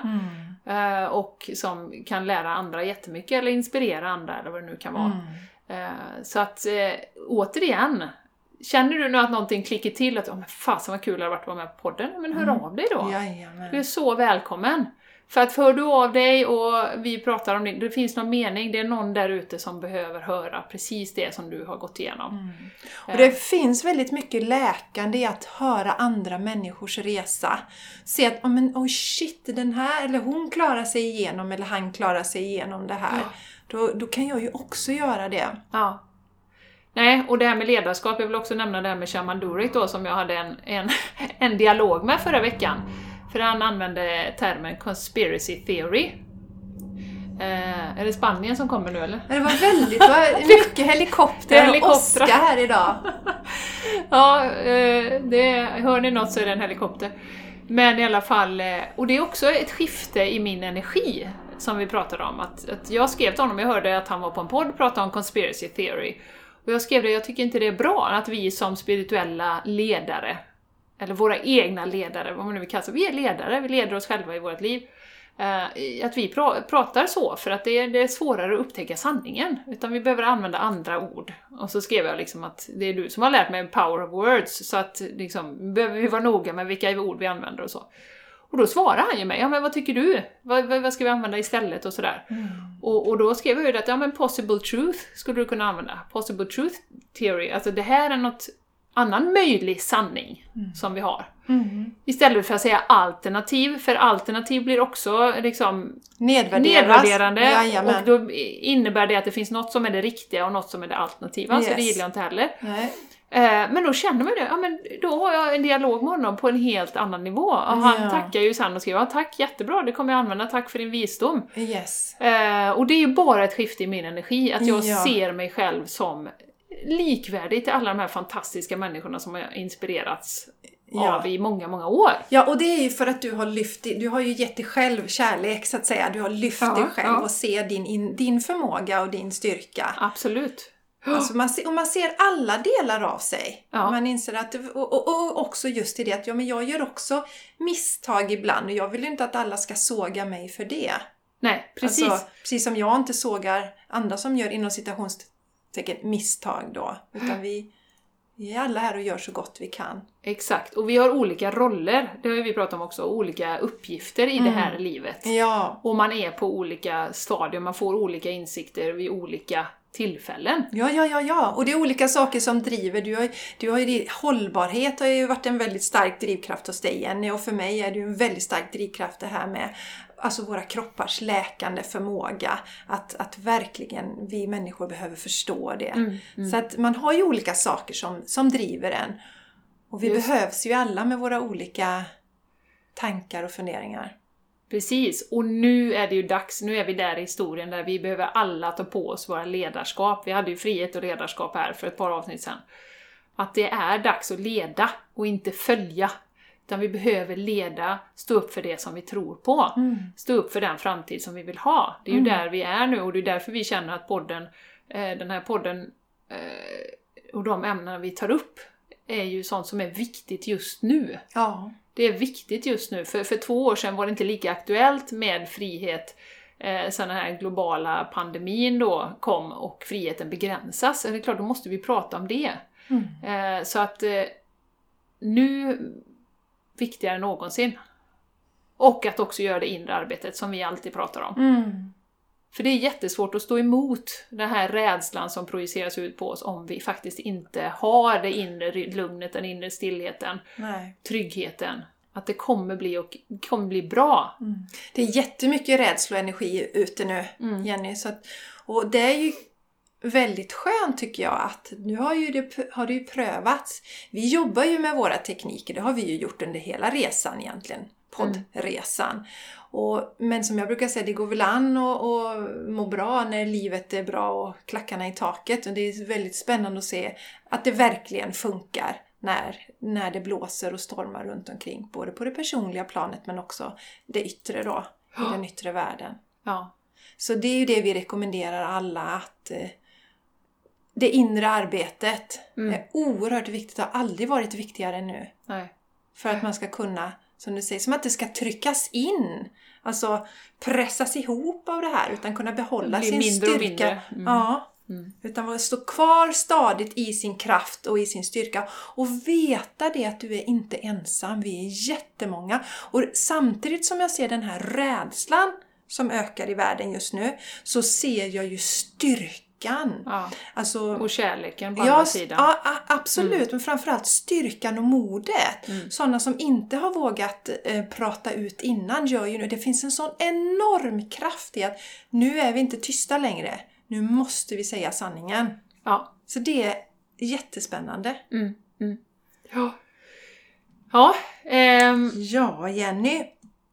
B: Mm. Och som kan lära andra jättemycket eller inspirera andra eller vad det nu kan vara. Mm. Så att återigen, känner du nu att någonting klickar till att oh, men fasen vad kul det har varit att vara med på podden, men hör mm. av dig då.
A: Jajamän.
B: Du är så välkommen. För att för du av dig och vi pratar om det, det finns någon mening, det är någon där ute som behöver höra precis det som du har gått igenom.
A: Mm. Och det finns väldigt mycket läkande i att höra andra människors resa. Se att, oh, men, oh shit, den här, eller hon klarar sig igenom, eller han klarar sig igenom det här. Ja. Då, då kan jag ju också göra det.
B: Ja. Nej, och det här med ledarskap, jag vill också nämna det här med Shaman Durek då, som jag hade en, en, en dialog med förra veckan. För han använde termen conspiracy theory. Eh, är det Spanien som kommer nu eller?
A: Det var väldigt var mycket helikopter och åska här idag.
B: Ja, eh, det, hör ni något så är det en helikopter. Men i alla fall, eh, och det är också ett skifte i min energi som vi pratade om. Att, att jag skrev till honom, jag hörde att han var på en podd och pratade om conspiracy theory. Och jag skrev det, jag tycker inte det är bra att vi som spirituella ledare, eller våra egna ledare, vad man nu vill kalla sig, vi är ledare, vi leder oss själva i vårt liv. Uh, att vi pra- pratar så, för att det är, det är svårare att upptäcka sanningen. Utan vi behöver använda andra ord. Och så skrev jag liksom att det är du som har lärt mig power of words. Så att liksom, behöver vi vara noga med vilka ord vi använder och så. Och då svarade han ju mig, ja men vad tycker du? Vad, vad, vad ska vi använda istället och sådär. Mm. Och, och då skrev jag ju att, ja men possible truth skulle du kunna använda. Possible truth theory, alltså det här är något annan möjlig sanning mm. som vi har. Mm. Istället för att säga alternativ, för alternativ blir också liksom nedvärderande. Jajamän. Och då innebär det att det finns något som är det riktiga och något som är det alternativa, yes. Så det gillar jag inte heller. Nej. Men då känner man det, ja men då har jag en dialog med honom på en helt annan nivå. Och han ja. tackar ju sen och skriver, ja, tack jättebra, det kommer jag använda, tack för din visdom.
A: Yes.
B: Och det är ju bara ett skifte i min energi, att jag ja. ser mig själv som likvärdig till alla de här fantastiska människorna som har inspirerats ja. av i många, många år.
A: Ja, och det är ju för att du har lyft, du har ju gett dig själv kärlek så att säga, du har lyft ja, dig själv ja. och ser din, din förmåga och din styrka.
B: Absolut.
A: Alltså man ser, och man ser alla delar av sig. Ja. Man inser att, och, och, och också just i det att ja, men jag gör också misstag ibland och jag vill inte att alla ska såga mig för det.
B: Nej, precis.
A: Alltså, precis som jag inte sågar andra som gör inom citationstecken misstag då. Utan vi, vi är alla här och gör så gott vi kan.
B: Exakt, och vi har olika roller, det har vi pratat om också, olika uppgifter i mm. det här livet.
A: Ja.
B: Och man är på olika stadier, man får olika insikter vid olika tillfällen.
A: Ja, ja, ja, ja. Och det är olika saker som driver. Du har, du har ju, hållbarhet har ju varit en väldigt stark drivkraft hos dig, Jenny. Och för mig är det ju en väldigt stark drivkraft det här med alltså våra kroppars läkande förmåga. Att, att verkligen vi människor behöver förstå det. Mm, mm. Så att man har ju olika saker som, som driver en. Och vi Just. behövs ju alla med våra olika tankar och funderingar.
B: Precis, och nu är det ju dags, nu är vi där i historien där vi behöver alla ta på oss våra ledarskap. Vi hade ju frihet och ledarskap här för ett par avsnitt sedan. Att det är dags att leda och inte följa. Utan vi behöver leda, stå upp för det som vi tror på. Mm. Stå upp för den framtid som vi vill ha. Det är ju mm. där vi är nu och det är därför vi känner att podden, den här podden och de ämnen vi tar upp är ju sånt som är viktigt just nu.
A: Ja.
B: Det är viktigt just nu. För, för två år sedan var det inte lika aktuellt med frihet. Eh, så den här globala pandemin då kom och friheten begränsas. Så det är klart, då måste vi prata om det. Mm. Eh, så att eh, nu viktigare än någonsin. Och att också göra det inre arbetet som vi alltid pratar om.
A: Mm.
B: För det är jättesvårt att stå emot den här rädslan som projiceras ut på oss om vi faktiskt inte har det inre lugnet, den inre stillheten,
A: Nej.
B: tryggheten. Att det kommer bli, och, kommer bli bra.
A: Mm. Det är jättemycket rädsla och energi ute nu, mm. Jenny. Så att, och det är ju väldigt skönt tycker jag att nu har, ju det, har det ju prövats. Vi jobbar ju med våra tekniker, det har vi ju gjort under hela resan egentligen. Poddresan. Mm. Och, men som jag brukar säga, det går väl an och, och må bra när livet är bra och klackarna i taket. Och det är väldigt spännande att se att det verkligen funkar när, när det blåser och stormar runt omkring. Både på det personliga planet men också det yttre då, i den yttre världen.
B: Ja.
A: Så det är ju det vi rekommenderar alla att eh, det inre arbetet mm. är oerhört viktigt och har aldrig varit viktigare än nu.
B: Nej.
A: För att man ska kunna, som du säger, som att det ska tryckas in. Alltså pressas ihop av det här utan kunna behålla sin
B: mindre
A: styrka.
B: Och mindre. Mm.
A: Ja,
B: Mm.
A: Utan att stå kvar stadigt i sin kraft och i sin styrka. Och veta det att du är inte ensam. Vi är jättemånga. Och samtidigt som jag ser den här rädslan som ökar i världen just nu. Så ser jag ju styrkan.
B: Ja.
A: Alltså,
B: och kärleken på
A: ja,
B: andra sidan.
A: Ja, absolut. Mm. Men framförallt styrkan och modet. Mm. Sådana som inte har vågat eh, prata ut innan gör ju nu. Det finns en sån enorm kraft i att nu är vi inte tysta längre. Nu måste vi säga sanningen.
B: Ja.
A: Så det är jättespännande.
B: Mm. Mm. Ja. Ja. Ehm,
A: ja, Jenny.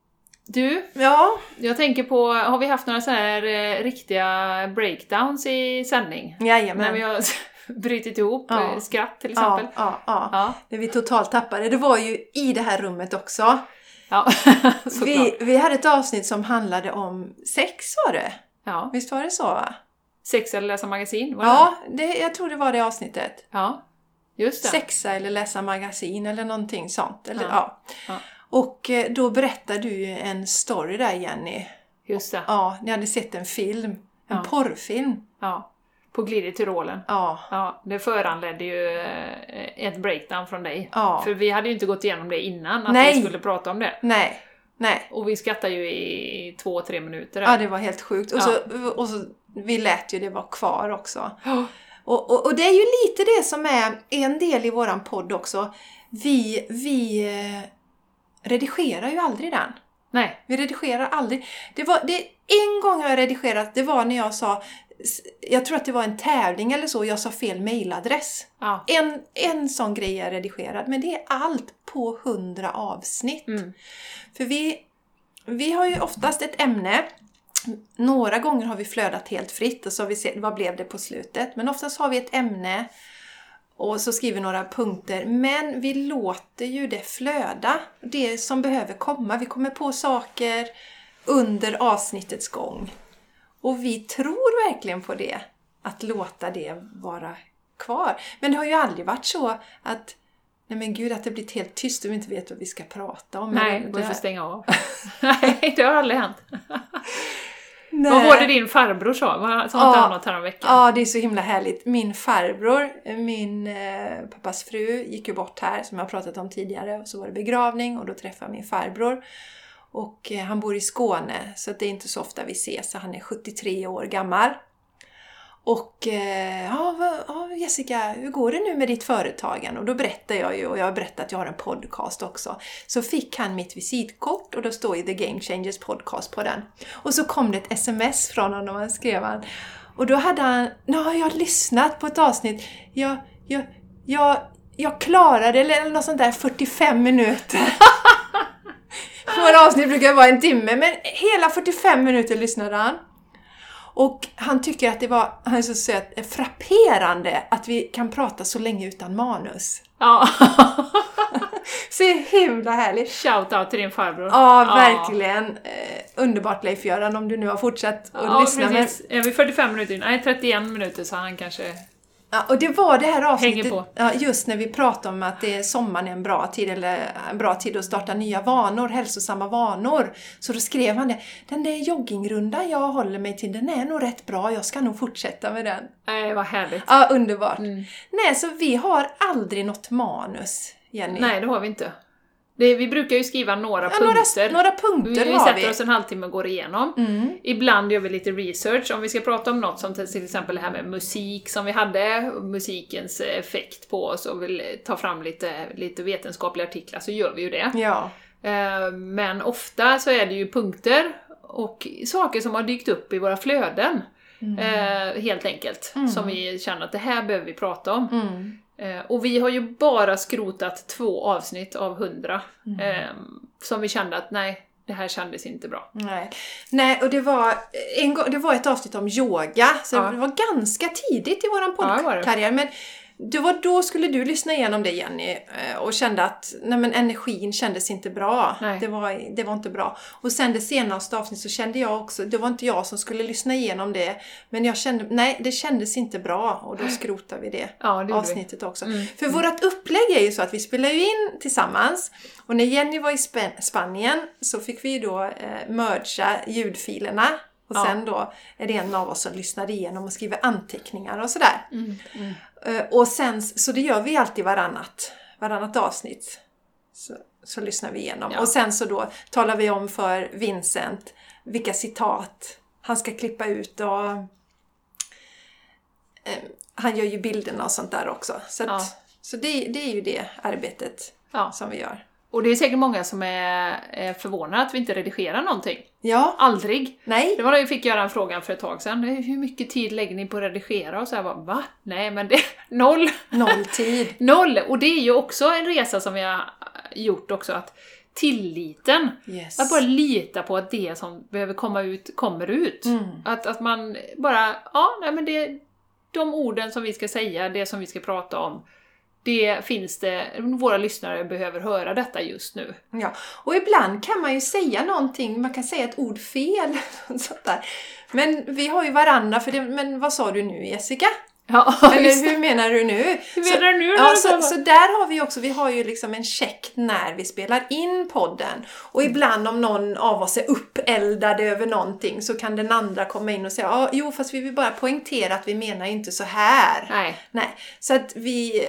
B: Du,
A: ja.
B: jag tänker på, har vi haft några så här eh, riktiga breakdowns i sändning?
A: Jajamän.
B: När vi har brutit ihop,
A: ja.
B: skratt till exempel.
A: Ja, ja, ja.
B: ja.
A: Det vi totalt tappade. Det var ju i det här rummet också.
B: Ja,
A: vi, vi hade ett avsnitt som handlade om sex, var det?
B: Ja.
A: Visst var det så, va?
B: Sex eller läsa magasin? Var
A: ja, det, jag tror det var det avsnittet.
B: Ja, just det.
A: Sexa eller läsa magasin eller någonting sånt. Eller, ja.
B: Ja. Ja.
A: Och då berättade du ju en story där, Jenny.
B: Just det.
A: Ja, ni hade sett en film. En
B: ja.
A: porrfilm.
B: Ja, på Glid i Tyrolen.
A: Ja.
B: Ja, det föranledde ju ett breakdown från dig.
A: Ja.
B: För vi hade ju inte gått igenom det innan, att
A: Nej.
B: vi skulle prata om det.
A: Nej, nej.
B: Och vi skrattade ju i två, tre minuter.
A: Ja, det var helt sjukt. Och,
B: ja.
A: så, och så, vi lät ju det vara kvar också. Ja. Och, och, och det är ju lite det som är en del i våran podd också. Vi, vi redigerar ju aldrig den.
B: Nej.
A: Vi redigerar aldrig. Det var, det, en gång har jag redigerat, det var när jag sa, jag tror att det var en tävling eller så, jag sa fel mailadress.
B: Ja.
A: En, en sån grej är redigerad, men det är allt på hundra avsnitt.
B: Mm.
A: För vi, vi har ju oftast ett ämne. Några gånger har vi flödat helt fritt och så har vi sett vad blev det på slutet. Men oftast har vi ett ämne och så skriver vi några punkter. Men vi låter ju det flöda. Det som behöver komma. Vi kommer på saker under avsnittets gång. Och vi tror verkligen på det. Att låta det vara kvar. Men det har ju aldrig varit så att nej men gud, att det blir helt tyst och vi inte vet vad vi ska prata om.
B: Nej,
A: det
B: vi får stänga av. Nej, det har aldrig hänt.
A: Nej.
B: Vad var det din farbror sa? Sa
A: ja,
B: inte han något här om veckan?
A: Ja, det är så himla härligt. Min farbror, min eh, pappas fru, gick ju bort här som jag har pratat om tidigare. Och så var det begravning och då träffade jag min farbror. Och eh, han bor i Skåne så det är inte så ofta vi ses. Så han är sjuttiotre år gammal. Och eh, ja, ja, Jessica, hur går det nu med ditt företagande? Och då berättar jag ju, och jag har berättat att jag har en podcast också. Så fick han mitt visitkort och då står ju The Game Changers podcast på den. Och så kom det ett sms från honom och han skrev han. Och då hade han, ja, jag har lyssnat på ett avsnitt. Jag, jag, jag, jag klarade eller något sånt där fyrtiofem minuter. Våra avsnitt brukar vara en timme, men hela fyrtiofem minuter lyssnade han. Och han tycker att det var, han är så söt, frapperande att vi kan prata så länge utan manus.
B: Ja.
A: Så himla härligt.
B: Shout out till din farbror.
A: Ja, verkligen. Eh, underbart, Leif-Göran, om du nu har fortsatt att
B: ja,
A: lyssna.
B: Precis. Men... Är vi fyrtiofem minuter? Nej, trettioen minuter så han kanske...
A: Ja, och det var det här avsnittet,
B: på.
A: Ja, just när vi pratade om att det är sommaren är en bra tid, eller en bra tid att starta nya vanor, hälsosamma vanor. Så då skrev han det, den där joggingrundan jag håller mig till, den är nog rätt bra, jag ska nog fortsätta med den.
B: Nej, vad härligt.
A: Ja, underbart.
B: Mm.
A: Nej, så vi har aldrig något manus, Jenny.
B: Nej, det har vi inte. Det, vi brukar ju skriva några
A: ja,
B: punkter.
A: Några, några punkter
B: vi, vi
A: har
B: sätter
A: vi.
B: oss en halvtimme och går igenom.
A: Mm.
B: Ibland gör vi lite research. Om vi ska prata om något som till exempel det här med musik som vi hade, musikens effekt på oss och vill ta fram lite, lite vetenskapliga artiklar, så gör vi ju det.
A: Ja.
B: Men ofta så är det ju punkter och saker som har dykt upp i våra flöden. Mm. Helt enkelt. Mm. Som vi känner att det här behöver vi prata om.
A: Mm.
B: Och vi har ju bara skrotat två avsnitt av hundra.
A: Mm.
B: Eh, som vi kände att nej, det här kändes inte bra.
A: Nej, nej och det var, en gång, det var ett avsnitt om yoga. Så
B: ja.
A: Det var ganska tidigt i våran poddkarriär. Ja, men det var då skulle du lyssna igenom det, Jenny. Och kände att nej, men energin kändes inte bra. Det var, det var inte bra. Och sen det senaste avsnittet så kände jag också, det var inte jag som skulle lyssna igenom det. Men jag kände, nej det kändes inte bra. Och då skrotar vi det,
B: ja, det
A: avsnittet
B: vi.
A: också.
B: Mm.
A: För mm. vårt upplägg är ju så att vi spelar ju in tillsammans. Och när Jenny var i Sp- Spanien så fick vi då eh, mergea ljudfilerna. Och
B: Ja.
A: sen då är det en av oss som lyssnar igenom och skriver anteckningar och sådär.
B: Mm. Mm.
A: Eh, Och sen, så det gör vi alltid varannat, varannat avsnitt. Så, så lyssnar vi igenom.
B: Ja.
A: Och sen så då talar vi om för Vincent vilka citat han ska klippa ut. Och eh, han gör ju bilderna och sånt där också. Så, att,
B: Ja.
A: så det, det är ju det arbetet
B: Ja.
A: som vi gör.
B: Och det är säkert många som är, är förvånade att vi inte redigerar någonting.
A: Ja,
B: Aldrig.
A: nej.
B: Det var då jag fick göra en fråga för ett tag sedan. Hur mycket tid lägger ni på att redigera? Och så här bara, va? Nej, men det är noll.
A: Noll tid.
B: Noll! Och det är ju också en resa som vi har gjort också, att tilliten.
A: Yes.
B: Att bara lita på att det som behöver komma ut, kommer ut.
A: Mm.
B: Att, att man bara, ja, nej men det, de orden som vi ska säga, det som vi ska prata om, det finns det, våra lyssnare behöver höra detta just nu.
A: Ja, och ibland kan man ju säga någonting, man kan säga ett ord fel. Sånt där. Men vi har ju varandra, för det, men vad sa du nu, Jessica?
B: Ja,
A: Eller hur menar du nu?
B: Hur menar du nu?
A: Ja, så, så där har vi också, vi har ju liksom en check när vi spelar in podden. Och ibland om någon av oss är uppeldad över någonting så kan den andra komma in och säga, ja, jo fast vi vill bara poängtera att vi menar inte så här.
B: Nej.
A: Nej. Så att vi...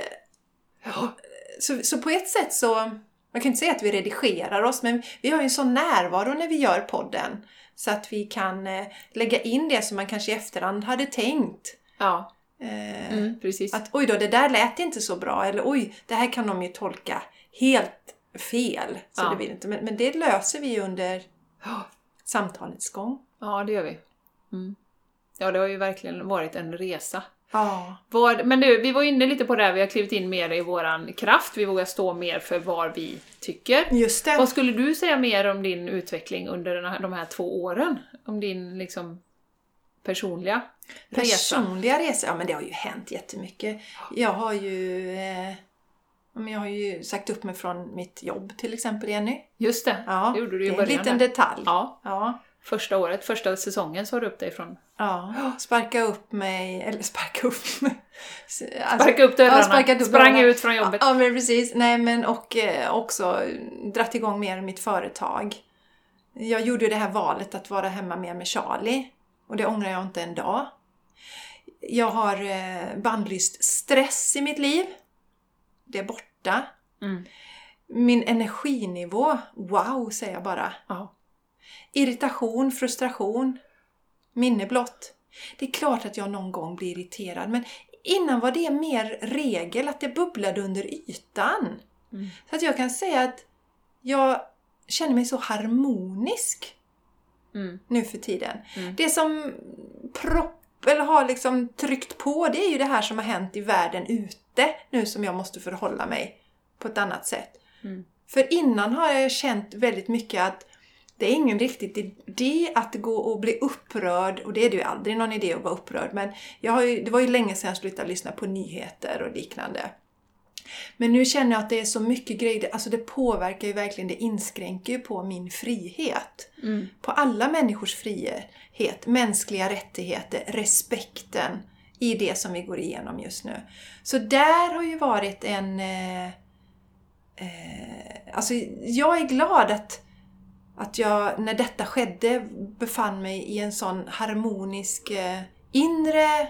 A: Så, så på ett sätt så, man kan inte säga att vi redigerar oss, men vi har ju en sån närvaro när vi gör podden. Så att vi kan eh, lägga in det som man kanske i efterhand hade tänkt.
B: Ja,
A: Eh,
B: mm, precis.
A: Att oj då, det där lät inte så bra. Eller oj, det här kan de ju tolka helt fel. Så
B: Ja.
A: det vill inte. Men, men det löser vi under samtalets gång.
B: Ja, det gör vi. Mm. Ja, det har ju verkligen varit en resa.
A: Ja.
B: Vad, men du, vi var inne lite på det här, vi har klivit in mer i våran kraft, vi vågar stå mer för vad vi tycker.
A: Just det.
B: Vad skulle du säga mer om din utveckling under den här, de här två åren? Om din liksom personliga resa?
A: Personliga resor, ja men det har ju hänt jättemycket. Jag har ju, eh, jag har ju sagt upp mig från mitt jobb till exempel, Jenny.
B: Just det,
A: Ja,
B: det gjorde du i
A: det är en
B: början.
A: liten
B: där.
A: detalj.
B: Ja,
A: Ja.
B: första året, första säsongen sa du upp dig från...
A: Ja, sparka upp mig, eller sparka upp mig. Alltså,
B: Sparka upp dörrarna,
A: ja, sparkat upp
B: sprang
A: dörrarna.
B: ut från jobbet.
A: Ja, men precis. Nej, men och eh, också dratt igång mer mitt företag. Jag gjorde det här valet att vara hemma mer med Charlie. Och det ångrar jag inte en dag. Jag har eh, bandlyst stress i mitt liv. Det är borta.
B: Mm.
A: Min energinivå, wow säger jag bara.
B: Ja.
A: Irritation, frustration, minne blott. Det är klart att jag någon gång blir irriterad, men innan var det mer regel att det bubblade under ytan.
B: Mm.
A: Så att jag kan säga att jag känner mig så harmonisk
B: Mm.
A: nu för tiden.
B: Mm.
A: Det som propp eller har liksom tryckt på, det är ju det här som har hänt i världen ute nu, som jag måste förhålla mig på ett annat sätt.
B: Mm.
A: För innan har jag känt väldigt mycket att det är ingen riktigt idé att gå och bli upprörd. Och det är det ju aldrig någon idé att vara upprörd. Men jag har ju, det var ju länge sedan jag slutade lyssna på nyheter och liknande. Men nu känner jag att det är så mycket grejer. Alltså det påverkar ju verkligen, det inskränker ju på min frihet.
B: Mm.
A: På alla människors frihet, mänskliga rättigheter, respekten i det som vi går igenom just nu. Så där har ju varit en... Eh, eh, alltså jag är glad att Att jag, när detta skedde, befann mig i en sån harmonisk eh, inre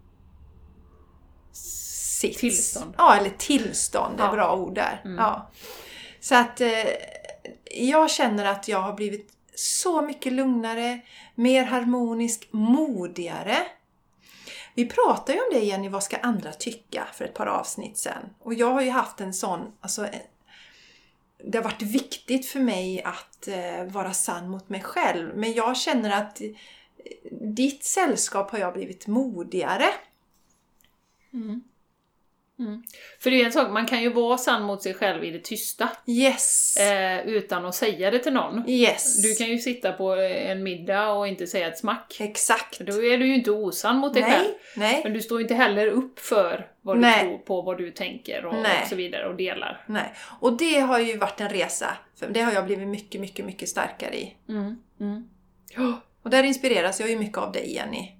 A: sits.
B: Tillstånd.
A: Ja, eller tillstånd, det är
B: Ja.
A: bra ord där.
B: Mm.
A: Ja. Så att eh, jag känner att jag har blivit så mycket lugnare, mer harmonisk, modigare. Vi pratade ju om det, Jenny, vad ska andra tycka, för ett par avsnitt sedan. Och jag har ju haft en sån... Alltså, det har varit viktigt för mig att eh, vara sann mot mig själv. Men jag känner att eh, ditt sällskap har jag blivit modigare.
B: Mm. Mm. För det är en sak, man kan ju vara sann mot sig själv i det tysta.
A: Yes.
B: Eh, utan att säga det till någon.
A: Yes.
B: Du kan ju sitta på en middag och inte säga ett smack.
A: Exakt.
B: För då är du ju inte osann mot dig
A: nej,
B: själv.
A: nej,
B: Men du står inte heller upp för vad du
A: Nej.
B: tror på, vad du tänker och,
A: Nej.
B: och så vidare och delar.
A: nej. Och det har ju varit en resa. För det har jag blivit mycket, mycket, mycket starkare i.
B: Mm. Mm. Ja.
A: Och där inspireras jag ju mycket av dig, Jenny.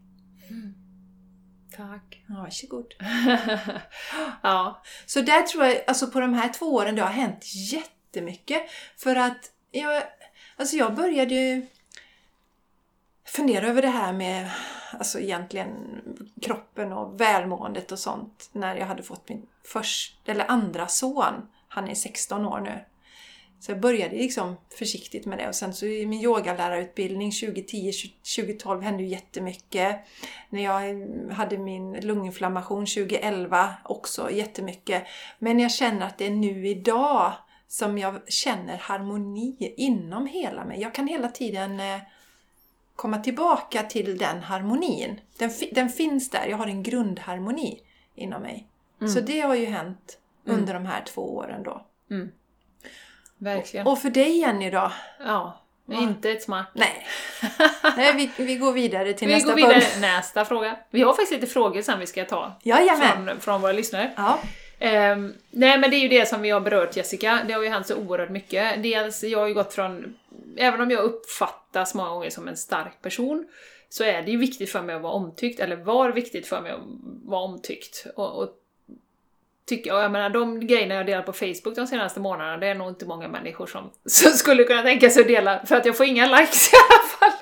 B: Tack.
A: Ja, varsågod.
B: Ja.
A: Så där tror jag, alltså på de här två åren, det har hänt jättemycket. För att jag, alltså jag började ju... fundera över det här med alltså egentligen kroppen och välmåendet och sånt när jag hade fått min första eller andra son. Han är sexton år nu. Så jag började liksom försiktigt med det. Och sen så i min yogalärarutbildning tjugo tio tjugo tolv hände ju jättemycket. När jag hade min lunginflammation tjugo elva också jättemycket. Men jag känner att det är nu idag som jag känner harmoni inom hela mig. Jag kan hela tiden komma tillbaka till den harmonin. Den, den finns där. Jag har en grundharmoni inom mig. Mm. Så det har ju hänt under mm. de här två åren då. Mm.
B: Verkligen.
A: Och, och för dig Jenny då?
B: Ja, Va? inte ett smack.
A: Nej, Nej vi, vi går vidare till
B: vi
A: nästa
B: går vidare, nästa fråga. Vi har faktiskt lite frågor som vi ska ta från, från våra lyssnare.
A: Ja.
B: Um, nej men det är ju det som vi har berört, Jessica. Det har ju hänt så oerhört mycket. Dels, jag har ju gått från, även om jag uppfattas många gånger som en stark person, så är det ju viktigt för mig att vara omtyckt, eller var viktigt för mig att vara omtyckt. Och, och tycker jag, jag menar, de grejerna jag delar på Facebook de senaste månaderna, det är nog inte många människor som, som skulle kunna tänka sig att dela, för att jag får inga likes i alla fall.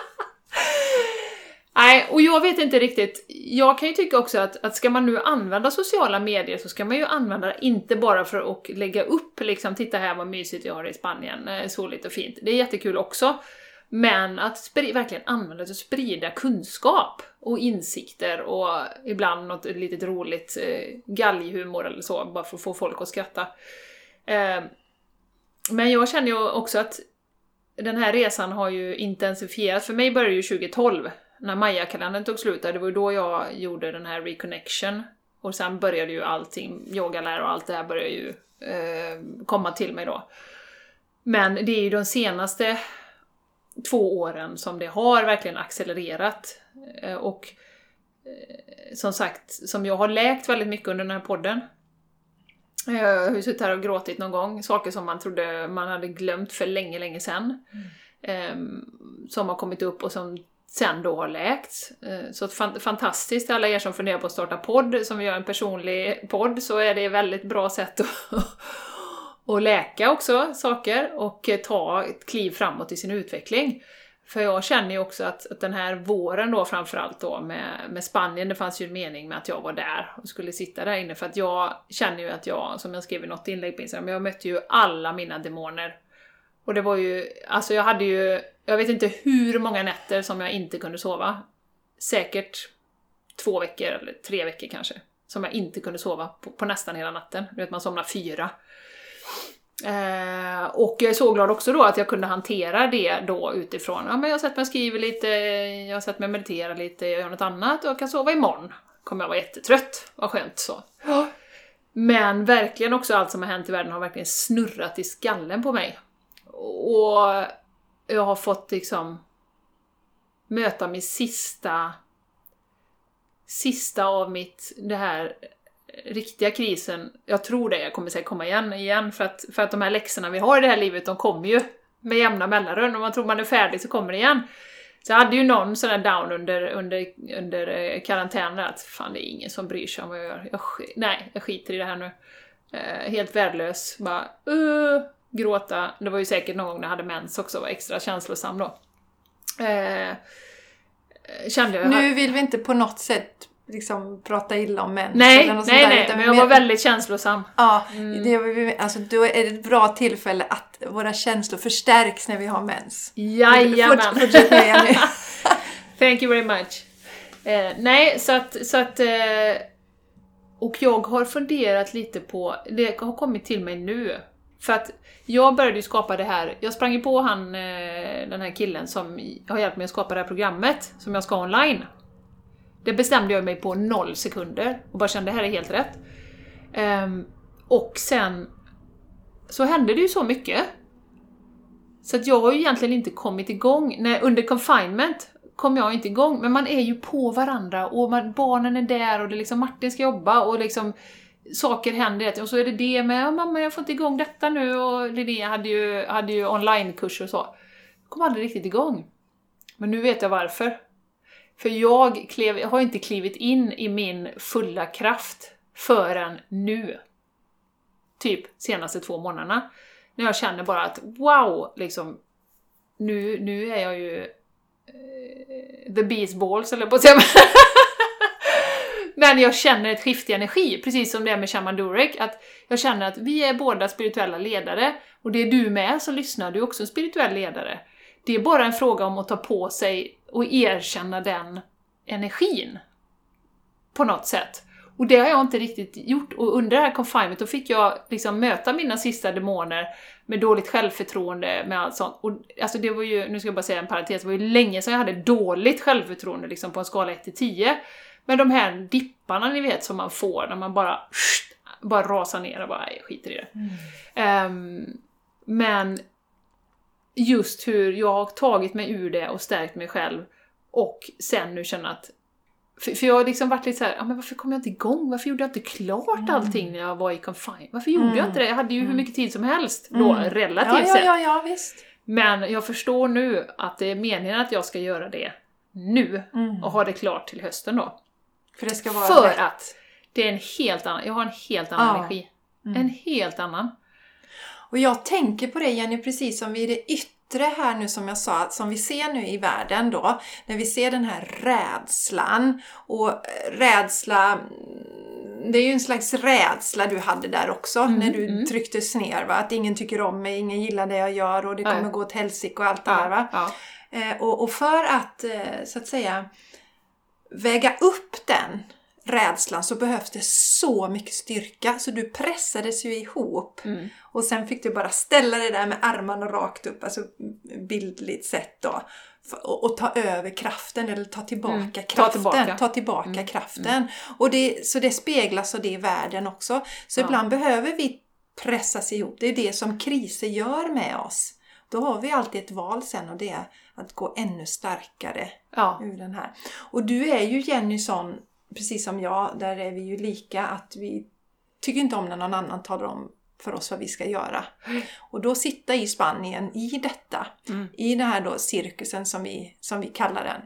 B: Nej, och jag vet inte riktigt, jag kan ju tycka också att, att ska man nu använda sociala medier så ska man ju använda det inte bara för att lägga upp, liksom, titta här vad mysigt jag har i Spanien, så lite och fint, det är jättekul också, men att spri- verkligen använda det och sprida kunskap och insikter och ibland något litet roligt eh, galghumor eller så, bara för att få folk att skratta. Eh, men jag känner ju också att den här resan har ju intensifierats. För mig började ju tjugo tolv, när Maya-kalendern tog slut. Det var ju då jag gjorde den här reconnection. Och sen började ju allting, yogalära och allt det här började ju eh, komma till mig då. Men det är ju de senaste två åren som det har verkligen accelererat. Eh, och eh, som sagt, som jag har läkt väldigt mycket under den här podden. Jag har ju suttit här och gråtit någon gång. Saker som man trodde man hade glömt för länge, länge sedan. Mm. Eh, som har kommit upp och som sen då har läkt. Eh, så fan, fantastiskt, alla er som funderar på att starta podd, som gör en personlig podd, så är det ett väldigt bra sätt att, att läka också saker och ta ett kliv framåt i sin utveckling. För jag känner ju också att, att den här våren då framförallt då med, med Spanien, det fanns ju en mening med att jag var där och skulle sitta där inne, för att jag känner ju att jag, som jag skrev i något inlägg på Instagram, jag mötte ju alla mina demoner. Och det var ju, alltså jag hade ju, jag vet inte hur många nätter som jag inte kunde sova. Säkert två veckor eller tre veckor kanske, som jag inte kunde sova på, på nästan hela natten. Du vet, man somnar fyra. Eh, och jag är så glad också då att jag kunde hantera det då utifrån. Ja, men jag har sett mig och skriver lite, jag har sett mig meditera lite, jag gör något annat och jag kan sova imorgon. Kommer jag vara jättetrött, vad skönt så. Men verkligen också allt som har hänt i världen har verkligen snurrat i skallen på mig. Och jag har fått liksom möta min sista sista av mitt, det här riktiga krisen. Jag tror det, jag kommer säkert komma igen igen för att, för att de här läxorna vi har i det här livet, de kommer ju med jämna mellanrum. Om man tror man är färdig så kommer det igen. Så jag hade ju någon sån här down under, under, under karantänen att fan, det är ingen som bryr sig om vad jag gör. Jag, nej, jag skiter i det här nu. Eh, helt värdelös. Bara uh, gråta. Det var ju säkert någon gång när jag hade mens också, var extra känslosam då. Eh, kände jag...
A: Nu vill vi inte på något sätt liksom prata illa om mens.
B: Nej,
A: eller något
B: nej,
A: sånt där,
B: nej, men jag var väldigt känslosam.
A: Ja, mm. det, alltså, då är det ett bra tillfälle att våra känslor förstärks när vi har mens.
B: Jajamän.
A: Fort, fortsätt med igen nu.
B: Thank you very much. Eh, nej, så att... Så att eh, och jag har funderat lite på... Det har kommit till mig nu. För att jag började ju skapa det här... Jag sprang ju på han, eh, den här killen som har hjälpt mig att skapa det här programmet som jag ska online. Det bestämde jag mig på noll sekunder och bara kände det här är helt rätt. Um, och sen så hände det ju så mycket. Så att jag har ju egentligen inte kommit igång. Nej, under confinement kom jag inte igång. Men man är ju på varandra och man, barnen är där och det liksom Martin ska jobba och liksom saker händer. Och så är det det med, ja, mamma jag får inte igång detta nu. Och Linnea hade ju, hade ju online-kurser och så. Jag kom aldrig riktigt igång. Men nu vet jag varför. För jag, klev, jag har inte klivit in i min fulla kraft förrän nu. Typ senaste två månaderna. När jag känner bara att wow, liksom, nu, nu är jag ju the bees balls, eller på att säga. Men jag känner ett skift i energi, precis som det är med Shaman Durek, att jag känner att vi är båda spirituella ledare, och det är du med som lyssnar, du är också en spirituell ledare. Det är bara en fråga om att ta på sig och erkänna den energin på något sätt. Och det har jag inte riktigt gjort, och under det här confinement då fick jag liksom möta mina sista demoner med dåligt självförtroende, med allt sånt. Och alltså det var ju, nu ska jag bara säga en parentes, det var ju länge sedan jag hade dåligt självförtroende liksom på en skala ett till tio. Men de här dipparna ni vet som man får när man bara bara rasar ner och bara nej, skiter i det. Mm. Um, men just hur jag har tagit mig ur det och stärkt mig själv, och sen nu känner att för, för jag har liksom varit lite så här, ah, men varför kom jag inte igång? Varför gjorde jag inte klart allting när jag var i confinement? Varför gjorde mm. jag inte det? Jag hade ju hur mycket tid som helst då, mm. relativt
A: ja,
B: sett.
A: Ja, ja, ja, visst.
B: Men jag förstår nu att det är meningen att jag ska göra det nu mm. och ha det klart till hösten då.
A: För det ska vara
B: För
A: rätt.
B: att det är en helt annan, jag har en helt annan
A: ja.
B: energi.
A: Mm.
B: En helt annan.
A: Och jag tänker på det, Jenny, precis som vid det yttre här nu som jag sa, som vi ser nu i världen då, när vi ser den här rädslan, och rädsla, det är ju en slags rädsla du hade där också, mm, när du mm. trycktes ner, va? Att ingen tycker om mig, ingen gillar det jag gör och det kommer Nej. gå åt helsike och allt det
B: ja,
A: här, va?
B: Ja.
A: Eh, och, och för att, eh, så att säga, väga upp den rädslan så behövs det så mycket styrka, så du pressades ju ihop mm. och sen fick du bara ställa dig där med armarna rakt upp, alltså bildligt sett då, och, och ta över kraften, eller ta tillbaka mm. kraften, ta tillbaka, ta tillbaka mm. kraften mm. och det, så det speglas av det i världen också, så ja. ibland behöver vi pressas ihop, det är det som kriser gör med oss. Då har vi alltid ett val sen, och det är att gå ännu starkare ja. ur den här. Och du är ju, Jenny, sån, precis som jag, där är vi ju lika, att vi tycker inte om när någon annan talar om för oss vad vi ska göra. Mm. Och då sitta i Spanien i detta, mm. i den här då cirkusen som vi, som vi kallar den.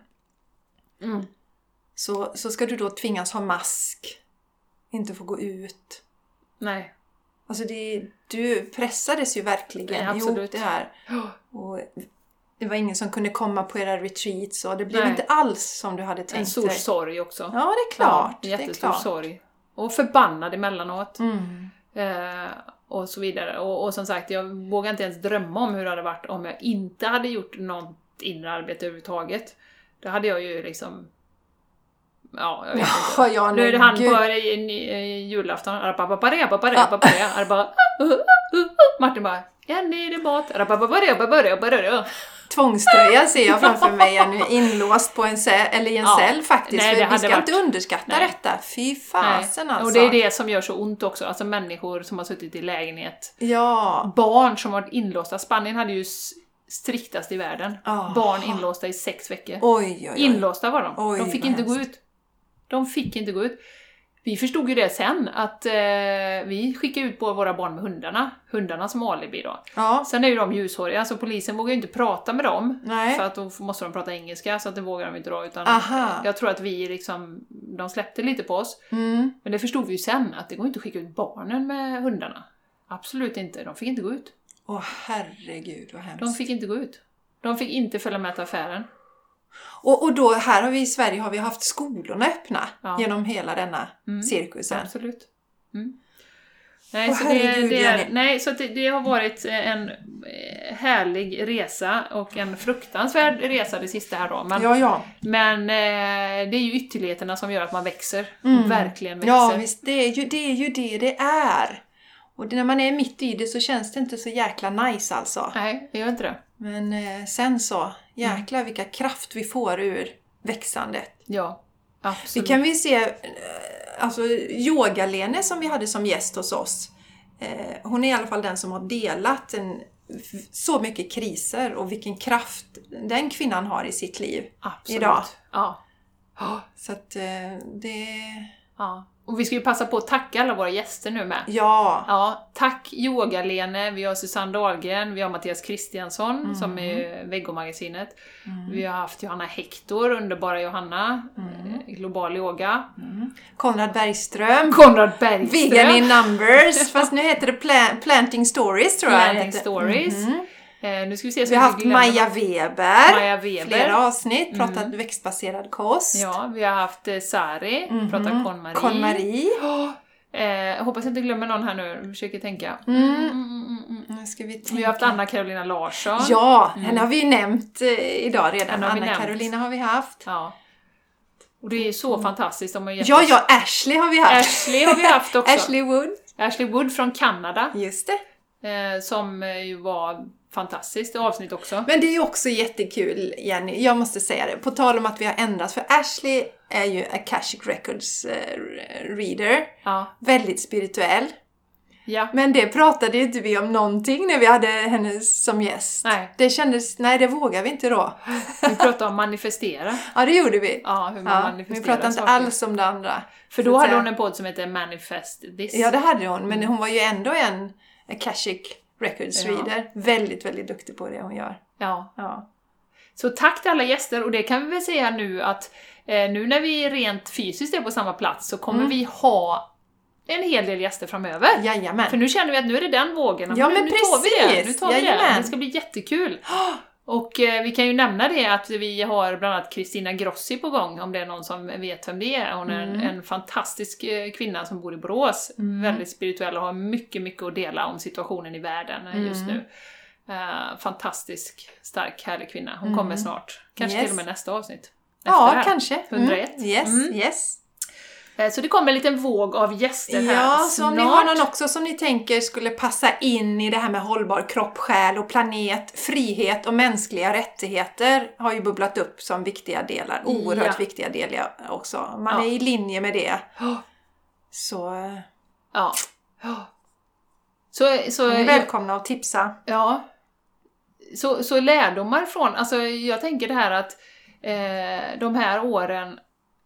A: Mm. Så, så ska du då tvingas ha mask, inte få gå ut.
B: Nej.
A: Alltså det, du pressades ju verkligen
B: Nej,
A: ihop det här. Och det var ingen som kunde komma på era retreats, och det blev Nej. inte alls som du hade tänkt dig.
B: En stor dig. sorg också.
A: Ja, det är klart.
B: Ja, jättestor
A: det är klart.
B: sorg. Och förbannad emellanåt.
A: Mm.
B: Eh, och så vidare. Och, och som sagt, jag vågar inte ens drömma om hur det hade varit om jag inte hade gjort något inre arbete överhuvudtaget. Då hade jag ju liksom... Ja, jag vet
A: ja,
B: inte.
A: ja,
B: nu är det han på julafton. Martin bara, Jenny, det är mat.
A: Tvångströja ser jag framför mig nu, inlåst på en cell, eller i en ja, cell faktiskt. Nej, för vi ska varit... inte underskatta nej. detta. Fy fasen nej. alltså.
B: Och det är det som gör så ont också. Alltså människor som har suttit i lägenhet.
A: Ja.
B: Barn som har varit inlåsta. Spanien hade ju striktast i världen. Oh. Barn inlåsta i sex veckor.
A: Oj, oj, oj.
B: Inlåsta var de.
A: Oj,
B: de fick inte hemskt. gå ut. De fick inte gå ut. Vi förstod ju det sen, att eh, vi skickade ut på våra barn med hundarna. Hundarna som alibi då.
A: Ja.
B: Sen är ju de ljushåriga, så polisen vågar ju inte prata med dem.
A: Nej.
B: För att då måste de prata engelska, så att det vågar de inte då. Utan
A: Aha.
B: jag tror att vi liksom, de släppte lite på oss.
A: Mm.
B: Men det förstod vi ju sen, att det går inte att skicka ut barnen med hundarna. Absolut inte, de fick inte gå ut.
A: Åh herregud, vad hemskt.
B: De fick inte gå ut. De fick inte följa med till affären.
A: Och, och då här har vi i Sverige har vi haft skolorna öppna ja. genom hela denna mm. cirkusen.
B: Absolut. Mm. Nej,
A: Åh,
B: så
A: herregud,
B: det, det, är, nej, så det, det har varit en härlig resa och en fruktansvärd resa det sista här då. Men,
A: ja, ja.
B: men det är ju ytterligheterna som gör att man växer. Mm. Verkligen växer.
A: Ja, visst, det är ju det är ju det, det är. Och när man är mitt i det så känns det inte så jäkla nice alltså.
B: Nej, det gör inte det.
A: Men eh, sen så, jäklar vilka kraft vi får ur växandet.
B: Ja, absolut.
A: Det kan vi se, eh, alltså Yoga-Lene som vi hade som gäst hos oss. Eh, hon är i alla fall den som har delat en, så mycket kriser och vilken kraft den kvinnan har i sitt liv
B: absolut.
A: Idag.
B: Ja.
A: Så att eh, det...
B: Ja. Och vi ska ju passa på att tacka alla våra gäster nu med.
A: Ja.
B: Ja, tack Yoga-Lene, vi har Susanne Dahlgren, vi har Mattias Kristiansson mm. som är Veggo-magasinet. Mm. Vi har haft Johanna Hector, underbara Johanna, mm. Global Yoga.
A: Mm. Konrad Bergström.
B: Konrad Bergström.
A: Vegan in Numbers, fast nu heter det Pla- Planting Stories tror jag.
B: Planting Stories. Mm. Eh, nu ska vi se så
A: vi har haft Maja Weber,
B: Maja Weber.
A: Flera avsnitt, pratat mm. växtbaserad kost.
B: Ja, vi har haft eh, Sari, mm-hmm. pratat KonMari.
A: KonMari.
B: Oh, eh, jag hoppas jag inte glömmer någon här nu, jag försöker tänka.
A: Mm. Mm, mm, mm, mm. Ska vi, tänka.
B: vi har haft Anna-Carolina Larsson.
A: Ja, mm. henne har vi ju nämnt eh, idag redan.
B: Har
A: Anna-Carolina har vi haft.
B: Ja. Och det är så mm. fantastiskt. De har gett
A: ja,
B: oss...
A: ja, Ashley har vi haft.
B: Ashley har vi haft också.
A: Ashley Wood.
B: Ashley Wood från Kanada.
A: Just det.
B: Eh, som ju var fantastiskt avsnitt också.
A: Men det är ju också jättekul, Jenny. Jag måste säga det. På tal om att vi har ändrat. För Ashley är ju Akashic Records eh, reader.
B: Ja.
A: Väldigt spirituell.
B: Ja.
A: Men det pratade ju inte vi om någonting när vi hade henne som gäst.
B: Nej.
A: Det kändes, nej det vågar vi inte då.
B: Vi pratade om manifestera.
A: Ja, det gjorde vi.
B: Ja, hur man
A: ja,
B: manifesterar
A: vi pratade inte
B: saker.
A: alls om det andra.
B: För då hade hon en podd som heter Manifest This.
A: Ja, det hade hon. Men hon var ju ändå en Akashic Records
B: ja.
A: reader. Väldigt, väldigt duktig på det hon gör.
B: Ja.
A: ja.
B: Så tack till alla gäster. Och det kan vi väl säga nu att eh, nu när vi rent fysiskt är på samma plats så kommer mm. vi ha en hel del gäster framöver.
A: Jajamän.
B: För nu känner vi att nu är det den vågen.
A: Ja,
B: nu,
A: men
B: nu
A: precis.
B: tar vi det. Nu tar vi
A: Jajamän.
B: det. Det ska bli jättekul. Och eh, vi kan ju nämna det att vi har bland annat Kristina Grossi på gång, om det är någon som vet vem det är. Hon är mm. en, en fantastisk eh, kvinna som bor i Borås. Mm. Väldigt spirituell och har mycket, mycket att dela om situationen i världen mm. just nu. Uh, fantastisk, stark, härlig kvinna. Hon mm. kommer snart. Kanske
A: yes.
B: till och med nästa avsnitt.
A: Ja, här. kanske.
B: hundraett.
A: Mm. Yes,
B: mm.
A: yes.
B: Så det kommer en liten våg av gäster här
A: Ja,
B: snart.
A: så om ni har någon också som ni tänker skulle passa in i det här med hållbar kropp, själ och planet, frihet och mänskliga rättigheter har ju bubblat upp som viktiga delar. Oerhört ja. viktiga delar också. Man
B: ja.
A: är i linje med det. Så...
B: Ja. Så, så,
A: ni är välkomna att tipsa.
B: Ja. Så, så lärdomar från... Alltså jag tänker det här att eh, de här åren...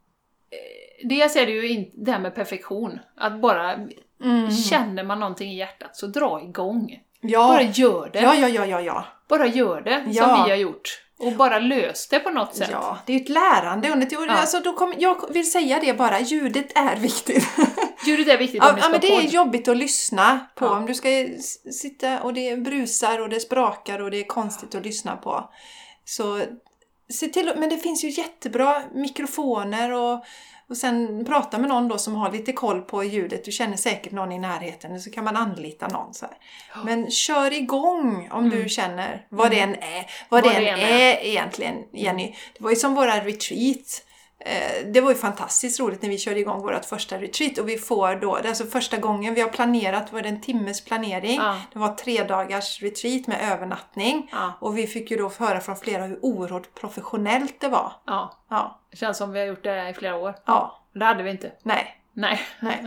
B: Dels är det ju inte det här med perfektion. Att bara mm. känner man någonting i hjärtat så dra igång.
A: Ja.
B: Bara gör det.
A: Ja, ja, ja, ja, ja.
B: Bara gör det
A: ja.
B: som vi har gjort. Och bara lös det på något sätt.
A: Ja, det är ett lärande. Och ja. alltså, då kom, jag vill säga det bara, ljudet är viktigt.
B: Ljudet är viktigt om
A: ja,
B: ni ska
A: ja, men det
B: podd.
A: är jobbigt att lyssna på.
B: Ja.
A: Om du ska sitta och det brusar och det sprakar och det är konstigt att lyssna på. Så se till, men det finns ju jättebra mikrofoner och Och sen prata med någon då som har lite koll på ljudet. Du känner säkert någon i närheten. Så kan man anlita någon så här. Men kör igång om mm. du känner vad det än är. Vad, vad det än är, är egentligen, Jenny. Det var ju som våra retreat. Det var ju fantastiskt roligt när vi körde igång vårt första retreat. Och vi får då, det är alltså första gången vi har planerat, var det en timmes planering.
B: Ja.
A: Det var tre dagars retreat med övernattning.
B: Ja. Och
A: vi fick ju då höra från flera hur oerhört professionellt det var.
B: Ja.
A: Ja.
B: Det känns som vi har gjort det i flera år.
A: Ja.
B: Det hade vi inte.
A: Nej.
B: Nej.
A: Nej.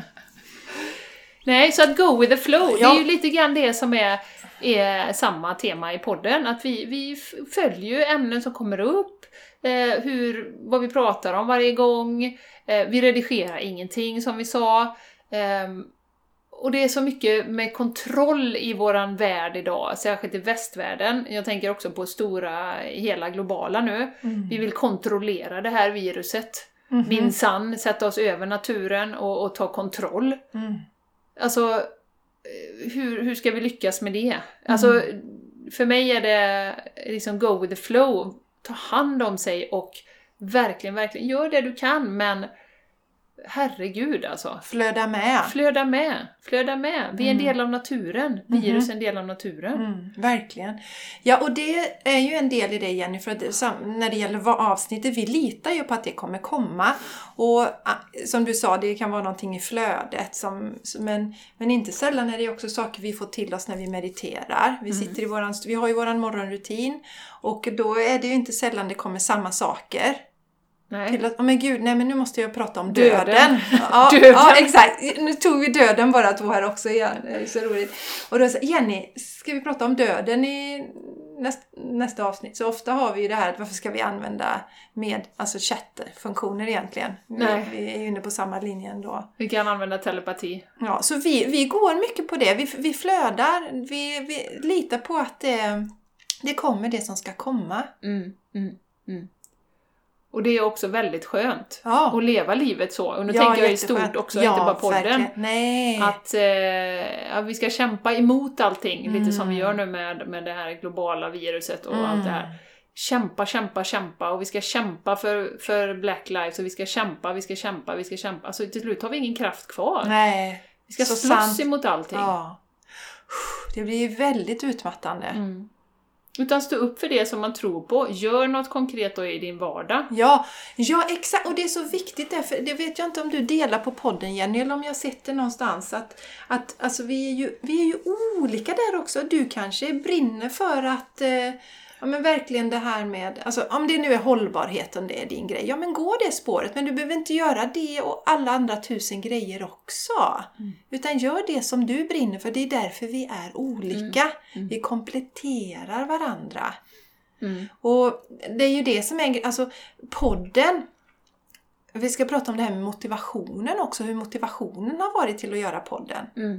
B: Nej, så att go with the flow.
A: Ja.
B: Det är ju lite grann det som är, är samma tema i podden. Att vi, vi följer ju ämnen som kommer upp. Eh, hur, vad vi pratar om varje gång. Eh, vi redigerar ingenting som vi sa. Eh, och det är så mycket med kontroll i våran värld idag. Särskilt i västvärlden. Jag tänker också på stora, hela globala nu. Mm. Vi vill kontrollera det här viruset. Mm-hmm. Minsann, sätta oss över naturen och, och ta kontroll. Mm. Alltså, hur, hur ska vi lyckas med det? Mm. Alltså, för mig är det liksom go with the flow. Ta hand om sig och verkligen, verkligen gör det du kan, men herregud alltså.
A: Flöda med.
B: Flöda med. Flöda med. Vi är en
A: mm.
B: del av naturen. Virus är en del av naturen.
A: Mm, verkligen. Ja, och det är ju en del i det, Jenny, för att det, när det gäller vad avsnittet, vi litar ju på att det kommer komma. Och som du sa, det kan vara någonting i flödet. Som, men, men inte sällan är det också saker vi får till oss när vi mediterar. Vi, sitter i våran, vi har ju våran morgonrutin. Och då är det ju inte sällan det kommer samma saker.
B: Nej.
A: Till att, oh men gud, nej men nu måste jag prata om döden. döden. Ja,
B: döden.
A: Ja, exakt. Nu tog vi döden bara två här också igen. Det är så roligt. Och då sa Jenny, ska vi prata om döden i näst, nästa avsnitt? Så ofta har vi ju det här, varför ska vi använda med, alltså chattfunktioner egentligen? Vi, vi är ju inne på samma linje ändå.
B: Vi kan använda telepati.
A: Ja, så vi, vi går mycket på det. Vi, vi flödar. Vi, vi litar på att det, det kommer det som ska komma.
B: Mm, mm, mm. Och det är också väldigt skönt
A: Ja.
B: att leva livet så. Och nu
A: Ja,
B: tänker jag i
A: jätteskönt.
B: stort också,
A: Ja,
B: inte bara podden.
A: verkligen. Nej.
B: Att eh, vi ska kämpa emot allting,
A: Mm.
B: lite som vi gör nu med, med det här globala viruset och
A: Mm.
B: allt det här. Kämpa, kämpa, kämpa och vi ska kämpa för, för Black Lives och vi ska kämpa, vi ska kämpa, vi ska kämpa. Alltså till slut har vi ingen kraft kvar.
A: Nej.
B: Vi ska
A: Så
B: slåss
A: sant.
B: emot allting.
A: Ja. Det blir väldigt utmattande.
B: Mm. Utan stå upp för det som man tror på. Gör något konkret då i din vardag.
A: Ja, ja, exakt. Och det är så viktigt därför, det vet jag inte om du delar på podden, Jenny, eller om jag sett det någonstans. Att, att alltså, vi, är ju, vi är ju olika där också. Du kanske brinner för att... Eh, Ja men verkligen det här med, alltså om det nu är hållbarheten, det är din grej. Ja men gå det spåret, men du behöver inte göra det och alla andra tusen grejer också. Mm. Utan gör det som du brinner för, det är därför vi är olika. Mm. Mm. Vi kompletterar varandra. Mm. Och det är ju det som är, alltså podden, vi ska prata om det här med motivationen också, hur motivationen har varit till att göra podden. Mm.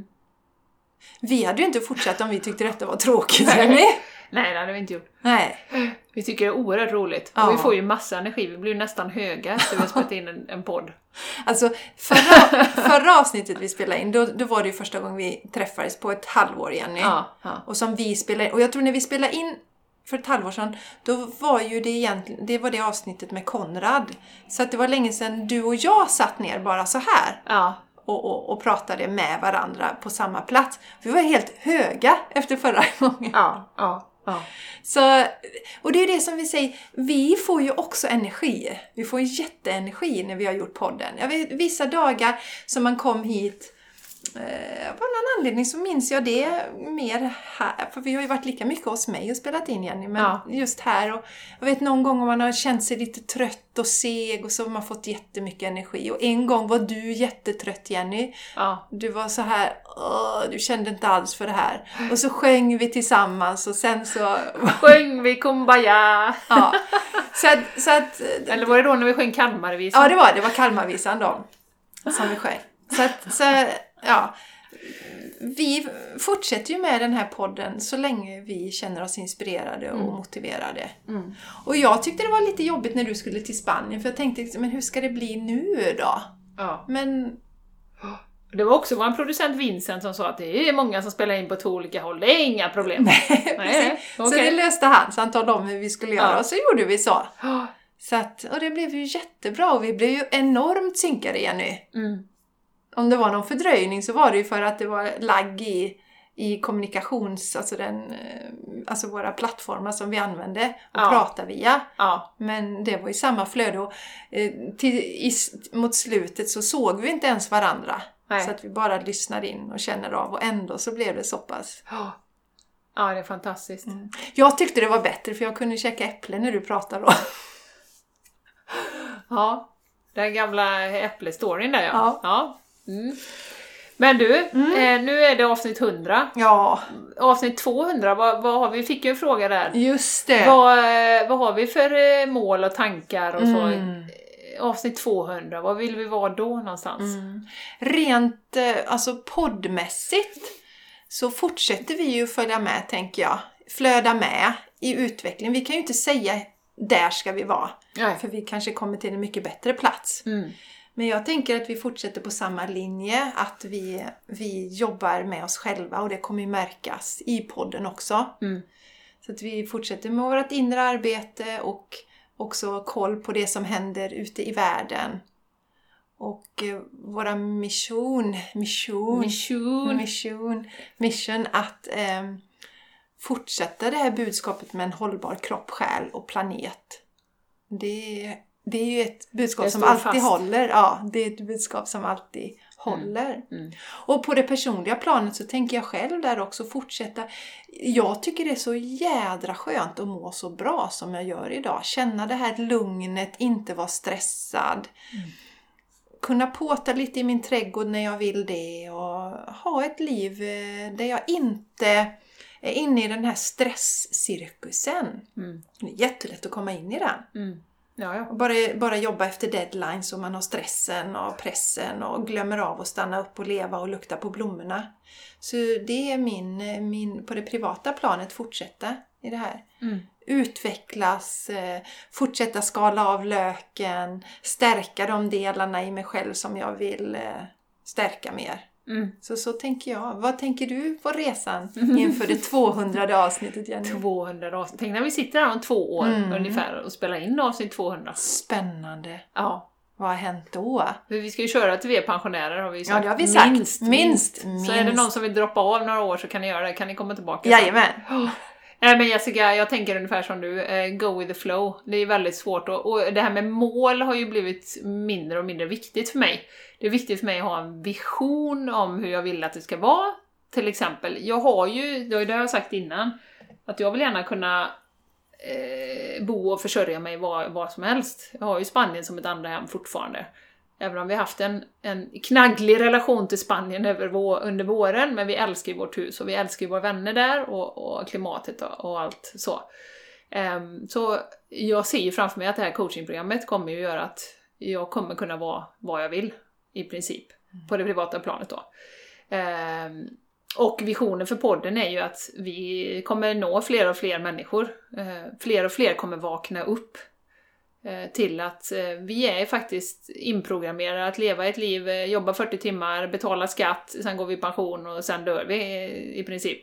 A: Vi hade ju inte fortsatt om vi tyckte detta var tråkigt.
B: Nej, det hade vi inte gjort.
A: Nej.
B: Vi tycker det är oerhört roligt. Ja. Och vi får ju massa energi. Vi blir nästan höga efter vi har spelat in en, en podd.
A: Alltså, förra, förra avsnittet vi spelade in, då, då var det ju första gången vi träffades på ett halvår, Jenny.
B: Ja, ja.
A: Och som vi spelade, och jag tror när vi spelade in för ett halvår sedan, då var ju det egentligen, det var det avsnittet med Konrad. Så att det var länge sedan du och jag satt ner bara så här.
B: Ja.
A: Och, och, och pratade med varandra på samma plats. Vi var helt höga efter förra gången.
B: Ja, ja, ja.
A: Så, och det är det som vi säger, vi får ju också energi. Vi får jätteenergi när vi har gjort podden. Jag vet, vissa dagar som man kom hit, eh, av någon anledning så minns jag det mer här. För vi har ju varit lika mycket hos mig och spelat in, Jenny. Men ja. Just här. Och jag vet någon gång om man har känt sig lite trött och seg och så har man fått jättemycket energi. Och en gång var du jättetrött, Jenny. Ja. Du var så här, du kände inte alls för det här. Och så sjöng vi tillsammans och sen så...
B: Sjöng vi Kumbaya!
A: Ja. Så att, så att,
B: eller var det då när vi sjöng Kalmarvisan?
A: Ja, det var det. var Kalmarvisan då. Som vi sjöng. Så att, så, ja... Vi fortsätter ju med den här podden så länge vi känner oss inspirerade och mm. motiverade. Mm. Och jag tyckte det var lite jobbigt när du skulle till Spanien. För jag tänkte, men hur ska det bli nu då?
B: Ja.
A: Men...
B: Det var också vår producent Vincent som sa att det är många som spelar in på två olika håll. Det är inga problem.
A: Nej, nej. Okay. Så det löste han. Så han talade om hur vi skulle göra. Ja. Och så gjorde vi så. Så att, och det blev ju jättebra. Och vi blev ju enormt synkade, Jenny. Mm. Om det var någon fördröjning så var det ju för att det var lagg i, i kommunikations, alltså, den, alltså våra plattformar som vi använde och ja. pratar via. Ja. Men det var ju samma flöde och eh, till, i, mot slutet så såg vi inte ens varandra. Nej. Så att vi bara lyssnade in och känner av och ändå så blev det så pass.
B: Ja, ja det är fantastiskt.
A: Mm. Jag tyckte det var bättre för jag kunde käka äpplen när du pratade då.
B: Ja, den gamla äpplestoryn där ja.
A: Ja.
B: Ja. Mm. Men du, mm. eh, nu är det avsnitt hundra.
A: Ja.
B: Avsnitt tvåhundra, vad, vad har vi? Fick ju en fråga där.
A: Just det.
B: Vad, vad har vi för eh, mål och tankar och så? Mm. Avsnitt tvåhundra, vad vill vi vara då någonstans?
A: Mm. Rent eh, alltså poddmässigt så fortsätter vi ju följa med, tänker jag. Flöda med i utveckling. Vi kan ju inte säga där ska vi vara. Nej. För vi kanske kommer till en mycket bättre plats. Mm. Men jag tänker att vi fortsätter på samma linje. Att vi, vi jobbar med oss själva. Och det kommer ju märkas i podden också. Mm. Så att vi fortsätter med vårt inre arbete. Och också koll på det som händer ute i världen. Och eh, våra mission. Mission.
B: Mission.
A: Mission. Mission att eh, fortsätta det här budskapet med en hållbar kropp, själ och planet. Det är... Det är ju ett budskap som alltid fast. håller. Ja, det är ett budskap som alltid mm. håller. Mm. Och på det personliga planet så tänker jag själv där också fortsätta. Jag tycker det är så jädra skönt att må så bra som jag gör idag. Känna det här lugnet, inte vara stressad. Mm. Kunna påta lite i min trädgård när jag vill det. Och ha ett liv där jag inte är inne i den här stresscirkusen. Mm. Det är jättelätt att komma in i den. Mm. Ja, ja. Bara, bara jobba efter deadlines och man har stressen och pressen och glömmer av att stanna upp och leva och lukta på blommorna. Så det är min, min på det privata planet fortsätta i det här.
B: Mm.
A: Utvecklas, eh, fortsätta skala av löken, stärka de delarna i mig själv som jag vill eh, stärka mer.
B: Mm.
A: Så så tänker jag. Vad tänker du på resan inför det tvåhundrade avsnittet, Jenny?
B: tvåhundra avsnitt. Tänk när vi sitter här om två år
A: Mm.
B: ungefär och spelar in avsnitt tvåhundra.
A: Spännande.
B: Ja.
A: Vad har hänt då?
B: För vi ska ju köra till vi är pensionärer har vi ju sagt.
A: Ja, det har vi sagt.
B: Minst,
A: Minst.
B: minst.
A: minst.
B: Så är det någon som vill droppa av några år så kan ni göra det. Kan ni komma tillbaka?
A: Jajamän.
B: Nej men Jessica, jag tänker ungefär som du. Eh, go with the flow. Det är väldigt svårt. Och, och det här med mål har ju blivit mindre och mindre viktigt för mig. Det är viktigt för mig att ha en vision om hur jag vill att det ska vara. Till exempel. Jag har ju, det har jag sagt innan, att jag vill gärna kunna eh, bo och försörja mig var, var som helst. Jag har ju Spanien som ett andra hem fortfarande. Även om vi har haft en, en knagglig relation till Spanien över vår, under våren. Men vi älskar ju vårt hus och vi älskar ju våra vänner där och, och klimatet och, och allt så. Um, så jag ser ju framför mig att det här coachingprogrammet kommer ju göra att jag kommer kunna vara vad jag vill i princip. Mm. På det privata planet då. Um, och visionen för podden är ju att vi kommer nå fler och fler människor. Uh, fler och fler kommer vakna upp. Till att vi är faktiskt inprogrammerade att leva ett liv, jobba fyrtio timmar, betala skatt, sen går vi i pension och sen dör vi i princip.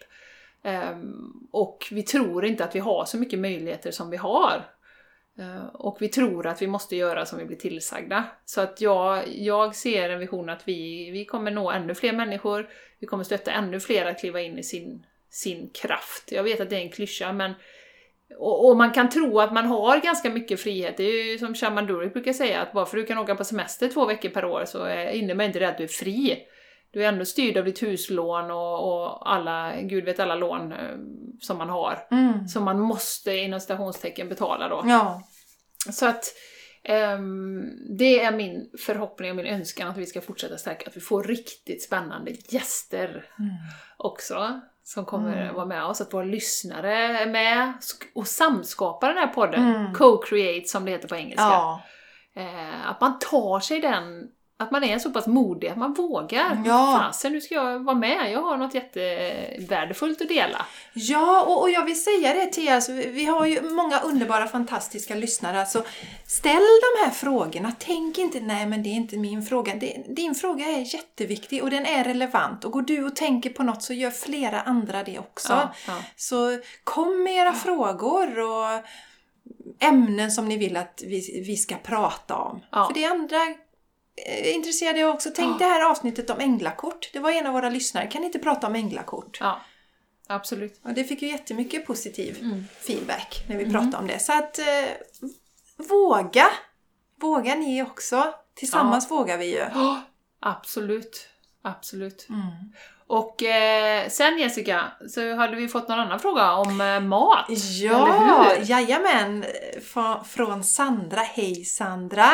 B: Och vi tror inte att vi har så mycket möjligheter som vi har. Och vi tror att vi måste göra som vi blir tillsagda. Så att jag, jag ser en vision att vi, vi kommer nå ännu fler människor, vi kommer stötta ännu fler att kliva in i sin, sin kraft. Jag vet att det är en klyscha, men Och, och man kan tro att man har ganska mycket frihet. Det är ju som Shaman Durek brukar säga, att bara för att du kan åka på semester två veckor per år så innebär inte det att du är fri. Du är ändå styrd av ditt huslån och, och alla, gud vet alla lån eh, som man har.
A: Mm.
B: Som man måste inom stationstecken betala då.
A: Ja.
B: Så att eh, det är min förhoppning och min önskan att vi ska fortsätta stärka. Att vi får riktigt spännande gäster
A: Mm.
B: också. Som kommer
A: Mm.
B: vara med oss, att våra lyssnare är med och samskapa den här podden.
A: Mm.
B: Co-create som det heter på engelska.
A: Ja.
B: Eh, att man tar sig den, att man är så pass modig att man vågar.
A: Ja.
B: Fasen, nu ska jag vara med. Jag har något jättevärdefullt att dela.
A: Ja, och, och jag vill säga det till er. Alltså, vi har ju många underbara, fantastiska lyssnare. Alltså, ställ de här frågorna. Tänk inte, nej men det är inte min fråga. Det, din fråga är jätteviktig och den är relevant. Och går du och tänker på något så gör flera andra det också.
B: Ja, ja.
A: Så kom med era ja. frågor och ämnen som ni vill att vi, vi ska prata om.
B: Ja.
A: För det andra är intresserade jag också. Tänk det här avsnittet om änglakort. Det var en av våra lyssnare. Kan ni inte prata om änglakort?
B: Ja, absolut.
A: Och det fick ju jättemycket positiv
B: mm.
A: feedback när vi
B: Mm.
A: pratade om det. Så att eh, våga. Våga ni också. Tillsammans ja. vågar vi ju.
B: Oh, absolut. Absolut.
A: Mm.
B: Och eh, sen Jessica, så hade vi fått någon annan fråga om eh, mat.
A: Ja,
B: eller hur?
A: Jajamän. F- från Sandra. Hej Sandra.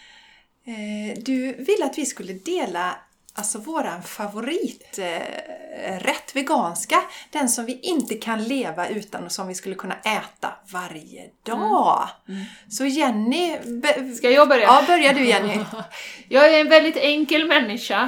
A: Eh, du ville att vi skulle dela alltså våran favoriträtt eh, veganska. Den som vi inte kan leva utan och som vi skulle kunna äta varje dag. Mm. Mm. Så Jenny... Be-
B: Ska jag börja?
A: Ja, börja du Jenny.
B: Jag är en väldigt enkel människa.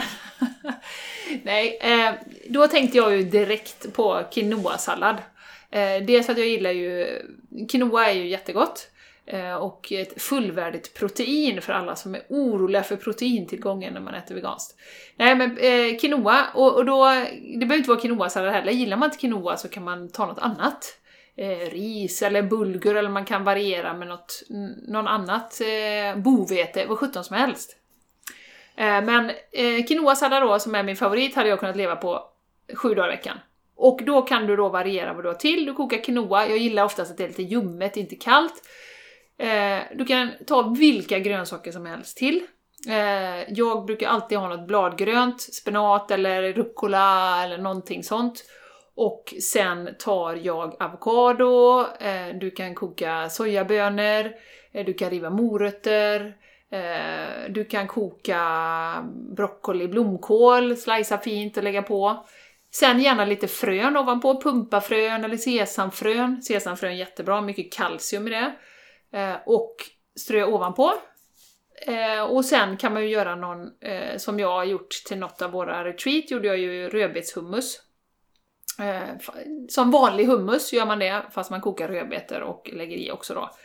B: Nej, eh, då tänkte jag ju direkt på quinoa-sallad. Eh, dels för att jag gillar ju... Quinoa är ju jättegott. Och ett fullvärdigt protein för alla som är oroliga för proteintillgången när man äter veganskt. Nej men eh, quinoa, och, och då, det behöver inte vara quinoa-sallad heller. Gillar man inte quinoa så kan man ta något annat. Eh, ris eller bulgur, eller man kan variera med något, någon annat eh, bovete, vad sjutton som helst. Eh, men eh, quinoa-sallad då, som är min favorit, hade jag kunnat leva på sju dagar i veckan. Och då kan du då variera vad du har till. Du kokar quinoa, jag gillar oftast att det är lite ljummet, inte kallt. Eh, du kan ta vilka grönsaker som helst till. Eh, jag brukar alltid ha något bladgrönt, spenat eller rucola eller någonting sånt. Och sen tar jag avokado, eh, du kan koka sojabönor, eh, du kan riva morötter, eh, du kan koka broccoli, blomkål, slicea fint och lägga på. Sen gärna lite frön ovanpå, pumpafrön eller sesamfrön. Sesamfrön är jättebra, mycket kalcium i det. Eh, och strö ovanpå. Eh, och sen kan man ju göra någon, eh, som jag har gjort till något av våra retreat, gjorde jag ju rödbetshummus. Eh, som vanlig hummus gör man det, fast man kokar rödbetor och lägger i också då.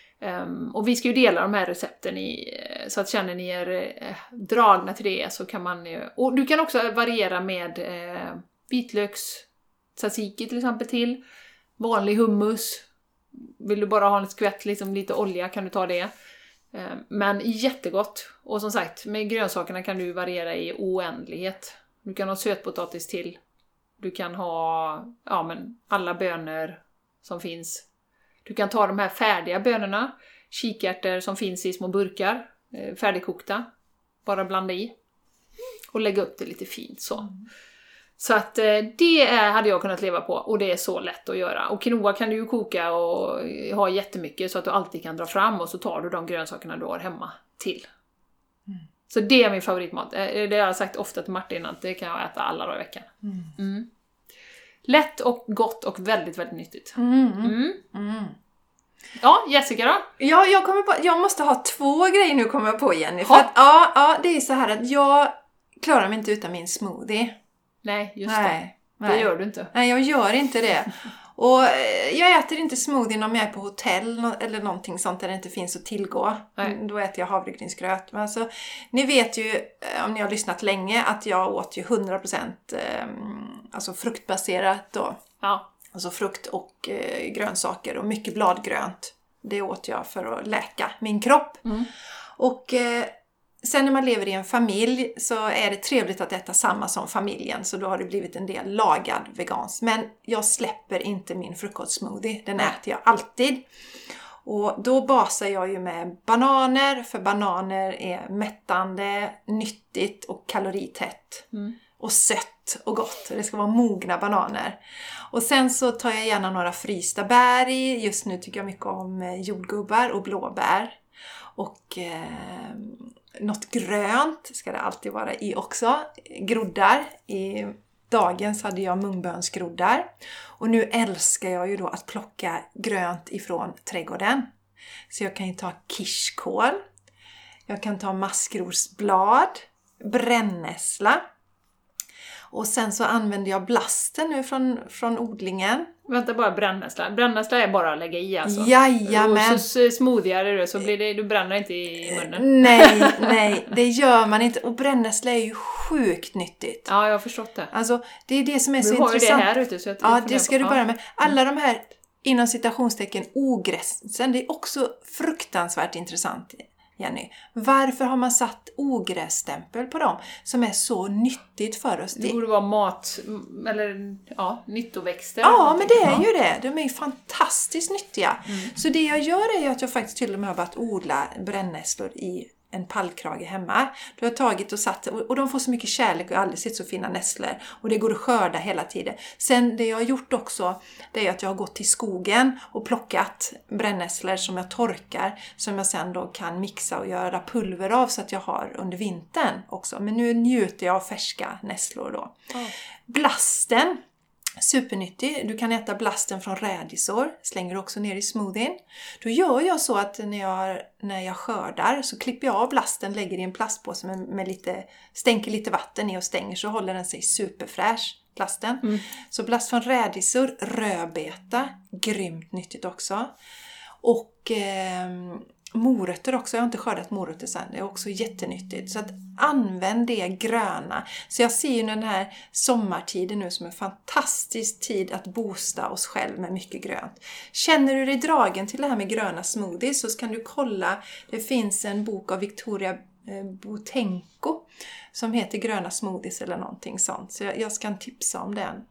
B: Um, och vi ska ju dela de här recepten i, så att känner ni er eh, dragna till det så kan man ju... Och du kan också variera med eh, vitlöks tzatziki till exempel till. Vanlig hummus. Vill du bara ha en skvätt, liksom lite olja kan du ta det. Eh, men jättegott. Och som sagt, med grönsakerna kan du variera i oändlighet. Du kan ha sötpotatis till. Du kan ha ja, men alla bönor som finns. Du kan ta de här färdiga bönorna, kikärtor som finns i små burkar, eh, färdigkokta, bara blanda i och lägga upp det lite fint så. Mm. Så att eh, det är, hade jag kunnat leva på och det är så lätt att göra. Och quinoa kan du ju koka och ha jättemycket så att du alltid kan dra fram och så tar du de grönsakerna du har hemma till. Mm. Så det är min favoritmat. Det har jag sagt ofta till Martin att det kan jag äta alla dagar i veckan. Mm. Mm. Lätt och gott och väldigt, väldigt nyttigt. Mm. Mm. Mm. Ja, Jessica då?
A: Ja, jag, kommer på, jag måste ha två grejer nu kommer jag på, Jenny. För att, ja, ja, det är så här att jag klarar mig inte utan min smoothie.
B: Nej, just
A: nej,
B: det. Det nej. Gör du inte.
A: Nej, jag gör inte det. Och jag äter inte smoothie om jag är på hotell eller någonting sånt där det inte finns att tillgå. Nej. Då äter jag havregrynsgröt. Men alltså, ni vet ju, om ni har lyssnat länge, att jag åt ju hundra procent eh, alltså fruktbaserat då. Ja. Alltså frukt och eh, grönsaker och mycket bladgrönt. Det åt jag för att läka min kropp. Mm. Och... Eh, Sen när man lever i en familj så är det trevligt att äta samma som familjen. Så då har det blivit en del lagad vegans. Men jag släpper inte min frukostsmoothie. Den äter jag alltid. Och då basar jag ju med bananer. För bananer är mättande, nyttigt och kaloritätt. Mm. Och sött och gott. Det ska vara mogna bananer. Och sen så tar jag gärna några frysta bär i. Just nu tycker jag mycket om jordgubbar och blåbär. Och... Eh, något grönt ska det alltid vara i också. Groddar. I dagens hade jag mungbönsgroddar. Och nu älskar jag ju då att plocka grönt ifrån trädgården. Så jag kan ju ta kirskål. Jag kan ta maskrosblad. Brännässla. Och sen så använder jag blasten nu från, från odlingen.
B: Vänta bara, brännässla. Brännässla är bara att lägga i alltså.
A: Jajamän.
B: Och så smoothigare du så blir det, du bränner inte i munnen.
A: Nej, nej, det gör man inte. Och brännässla är ju sjukt nyttigt.
B: Ja, jag har förstått det.
A: Alltså, det är det som är
B: du
A: så
B: har
A: intressant.
B: Ju det här ute, så jag
A: ja, det ska du börja med. Alla de här, inom citationstecken, ogräsen, det är också fruktansvärt intressant. Jenny. Varför har man satt ogrässtämpel på dem som är så nyttigt för oss?
B: Det borde vara mat eller ja, nyttoväxter.
A: Ja, men det är ju det. De är ju fantastiskt nyttiga. Mm. Så det jag gör är ju att jag faktiskt till och med har börjat odla brännässlor i en pallkrage hemma. Då har jag tagit och satt, och de får så mycket kärlek och jag har aldrig sett så fina nässlor. Och det går att skörda hela tiden. Sen det jag har gjort också, det är att jag har gått till skogen och plockat brännässlor som jag torkar. Som jag sen då kan mixa och göra pulver av så att jag har under vintern också. Men nu njuter jag av färska nässlor då. Mm. Blasten. Supernyttig. Du kan äta blasten från rädisor. Slänger också ner i smoothien. Då gör jag så att när jag, när jag skördar så klipper jag av blasten, lägger i en plastpåse med, med lite, stänker lite vatten i och stänger så håller den sig superfräsch, plasten. Mm. Så blast från rädisor, rödbeta, grymt nyttigt också. Och eh, morötter också. Jag har inte skördat morötter sen. Det är också jättenyttigt. Så att använd det gröna. Så jag ser ju den här sommartiden nu som en fantastisk tid att boosta oss själv med mycket grönt. Känner du dig dragen till det här med gröna smoothies så kan du kolla. Det finns en bok av Victoria Botenko som heter Gröna smoothies eller någonting sånt. Så jag, jag ska tipsa om den.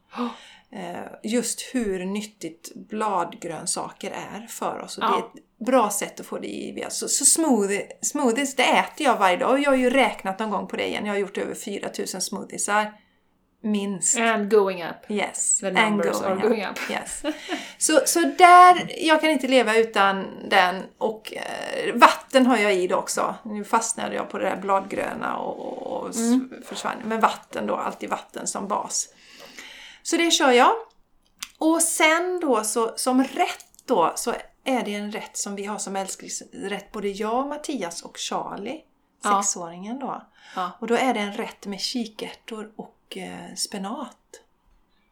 A: Just hur nyttigt bladgrönsaker är för oss. Och ja. Det är ett bra sätt att få det i. Så, så smoothie, smoothies, det äter jag varje dag. Och jag har ju räknat någon gång på det igen. Jag har gjort över fyra tusen smoothiesar. Minst.
B: And going up.
A: Yes.
B: The numbers going are going up.
A: up. Yes. Så, så där, jag kan inte leva utan den. Och eh, vatten har jag i det också. Nu fastnade jag på det där bladgröna och, och mm. försvann. Men vatten då, alltid vatten som bas. Så det kör jag. Och sen då så, som rätt då så är det en rätt som vi har som älsklingsrätt. Både jag, Mattias och Charlie. Ja. Sexåringen då. Ja. Och då är det en rätt med kikärtor och eh, spenat.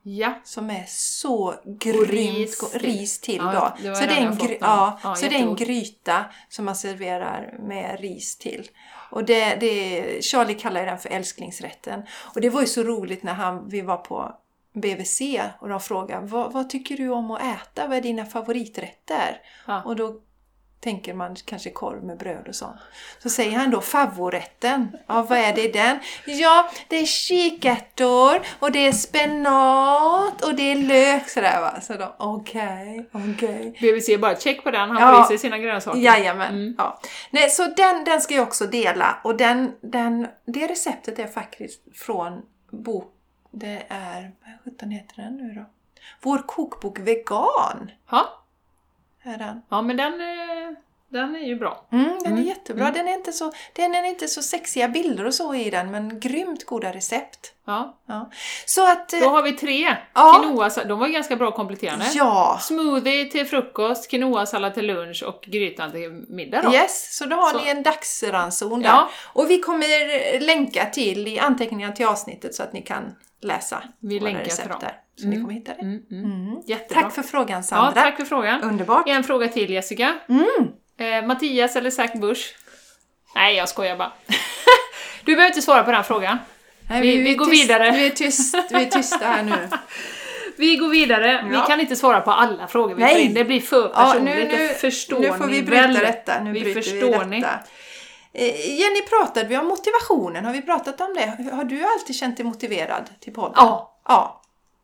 B: Ja.
A: Som är så grymt
B: ris till.
A: ris till då.
B: Ja, det var
A: så det är en, gry- ja,
B: ja,
A: så det är en gryta som man serverar med ris till. Och det, det, Charlie kallar den för älsklingsrätten. Och det var ju så roligt när han, vi var på B V C och de frågade, vad, vad tycker du om att äta? Vad är dina favoriträtter?
B: Ja.
A: Och då tänker man kanske korv med bröd och sånt. Så säger han då favorätten. Ja, vad är det i den? Ja, det är kikärtor och det är spenat och det är lök sådär va. Så då, okej, okay, okej. Okay.
B: B V C bara check på den, han
A: ja,
B: får i sig sina grönsaker.
A: Jajamän,
B: mm.
A: ja. Nej, så den, den ska jag också dela. Och den, den, det receptet är faktiskt från bok. Det är, vad sjutton heter den nu då? Vår kokbok Vegan.
B: Ja.
A: Är den.
B: Ja, men den, den är ju bra.
A: Mm, den är
B: mm.
A: jättebra. Mm. Den är inte så, den är inte så sexiga bilder och så i den, men grymt goda recept.
B: Ja.
A: Ja. Så att,
B: då har vi tre.
A: Ja.
B: Quinoa, de var ganska bra kompletterande.
A: Ja.
B: Smoothie till frukost, quinoa-sallad till lunch och grytan till middag då.
A: Yes, så då har
B: så.
A: ni en dagsranson där.
B: Ja.
A: Och vi kommer länka till i anteckningarna till avsnittet så att ni kan läsa
B: vi
A: våra
B: länkar
A: recept där. Så
B: mm.
A: ni kommer hitta det.
B: Mm, mm.
A: Mm.
B: Jättebra.
A: Tack för frågan, Sandra.
B: Ja, tack för frågan.
A: Underbart.
B: En fråga till, Jessica.
A: Mm.
B: Eh, Mattias eller Zac Bush? Nej, jag skojar bara. Du behöver inte svara på den frågan.
A: Nej,
B: vi,
A: vi,
B: vi går
A: tyst,
B: vidare.
A: Vi är, tyst, vi är tysta här nu.
B: Vi går vidare. Ja. Vi kan inte svara på alla frågor vi får in. Det blir för personligt. Ja, nu, nu, förstår
A: nu får vi bryta väl. Detta. Nu
B: vi förstår
A: vi detta.
B: Ni.
A: Jenny, pratade vi om motivationen? Har vi pratat om det? Har du alltid känt dig motiverad till podden?
B: Ja.
A: Ja.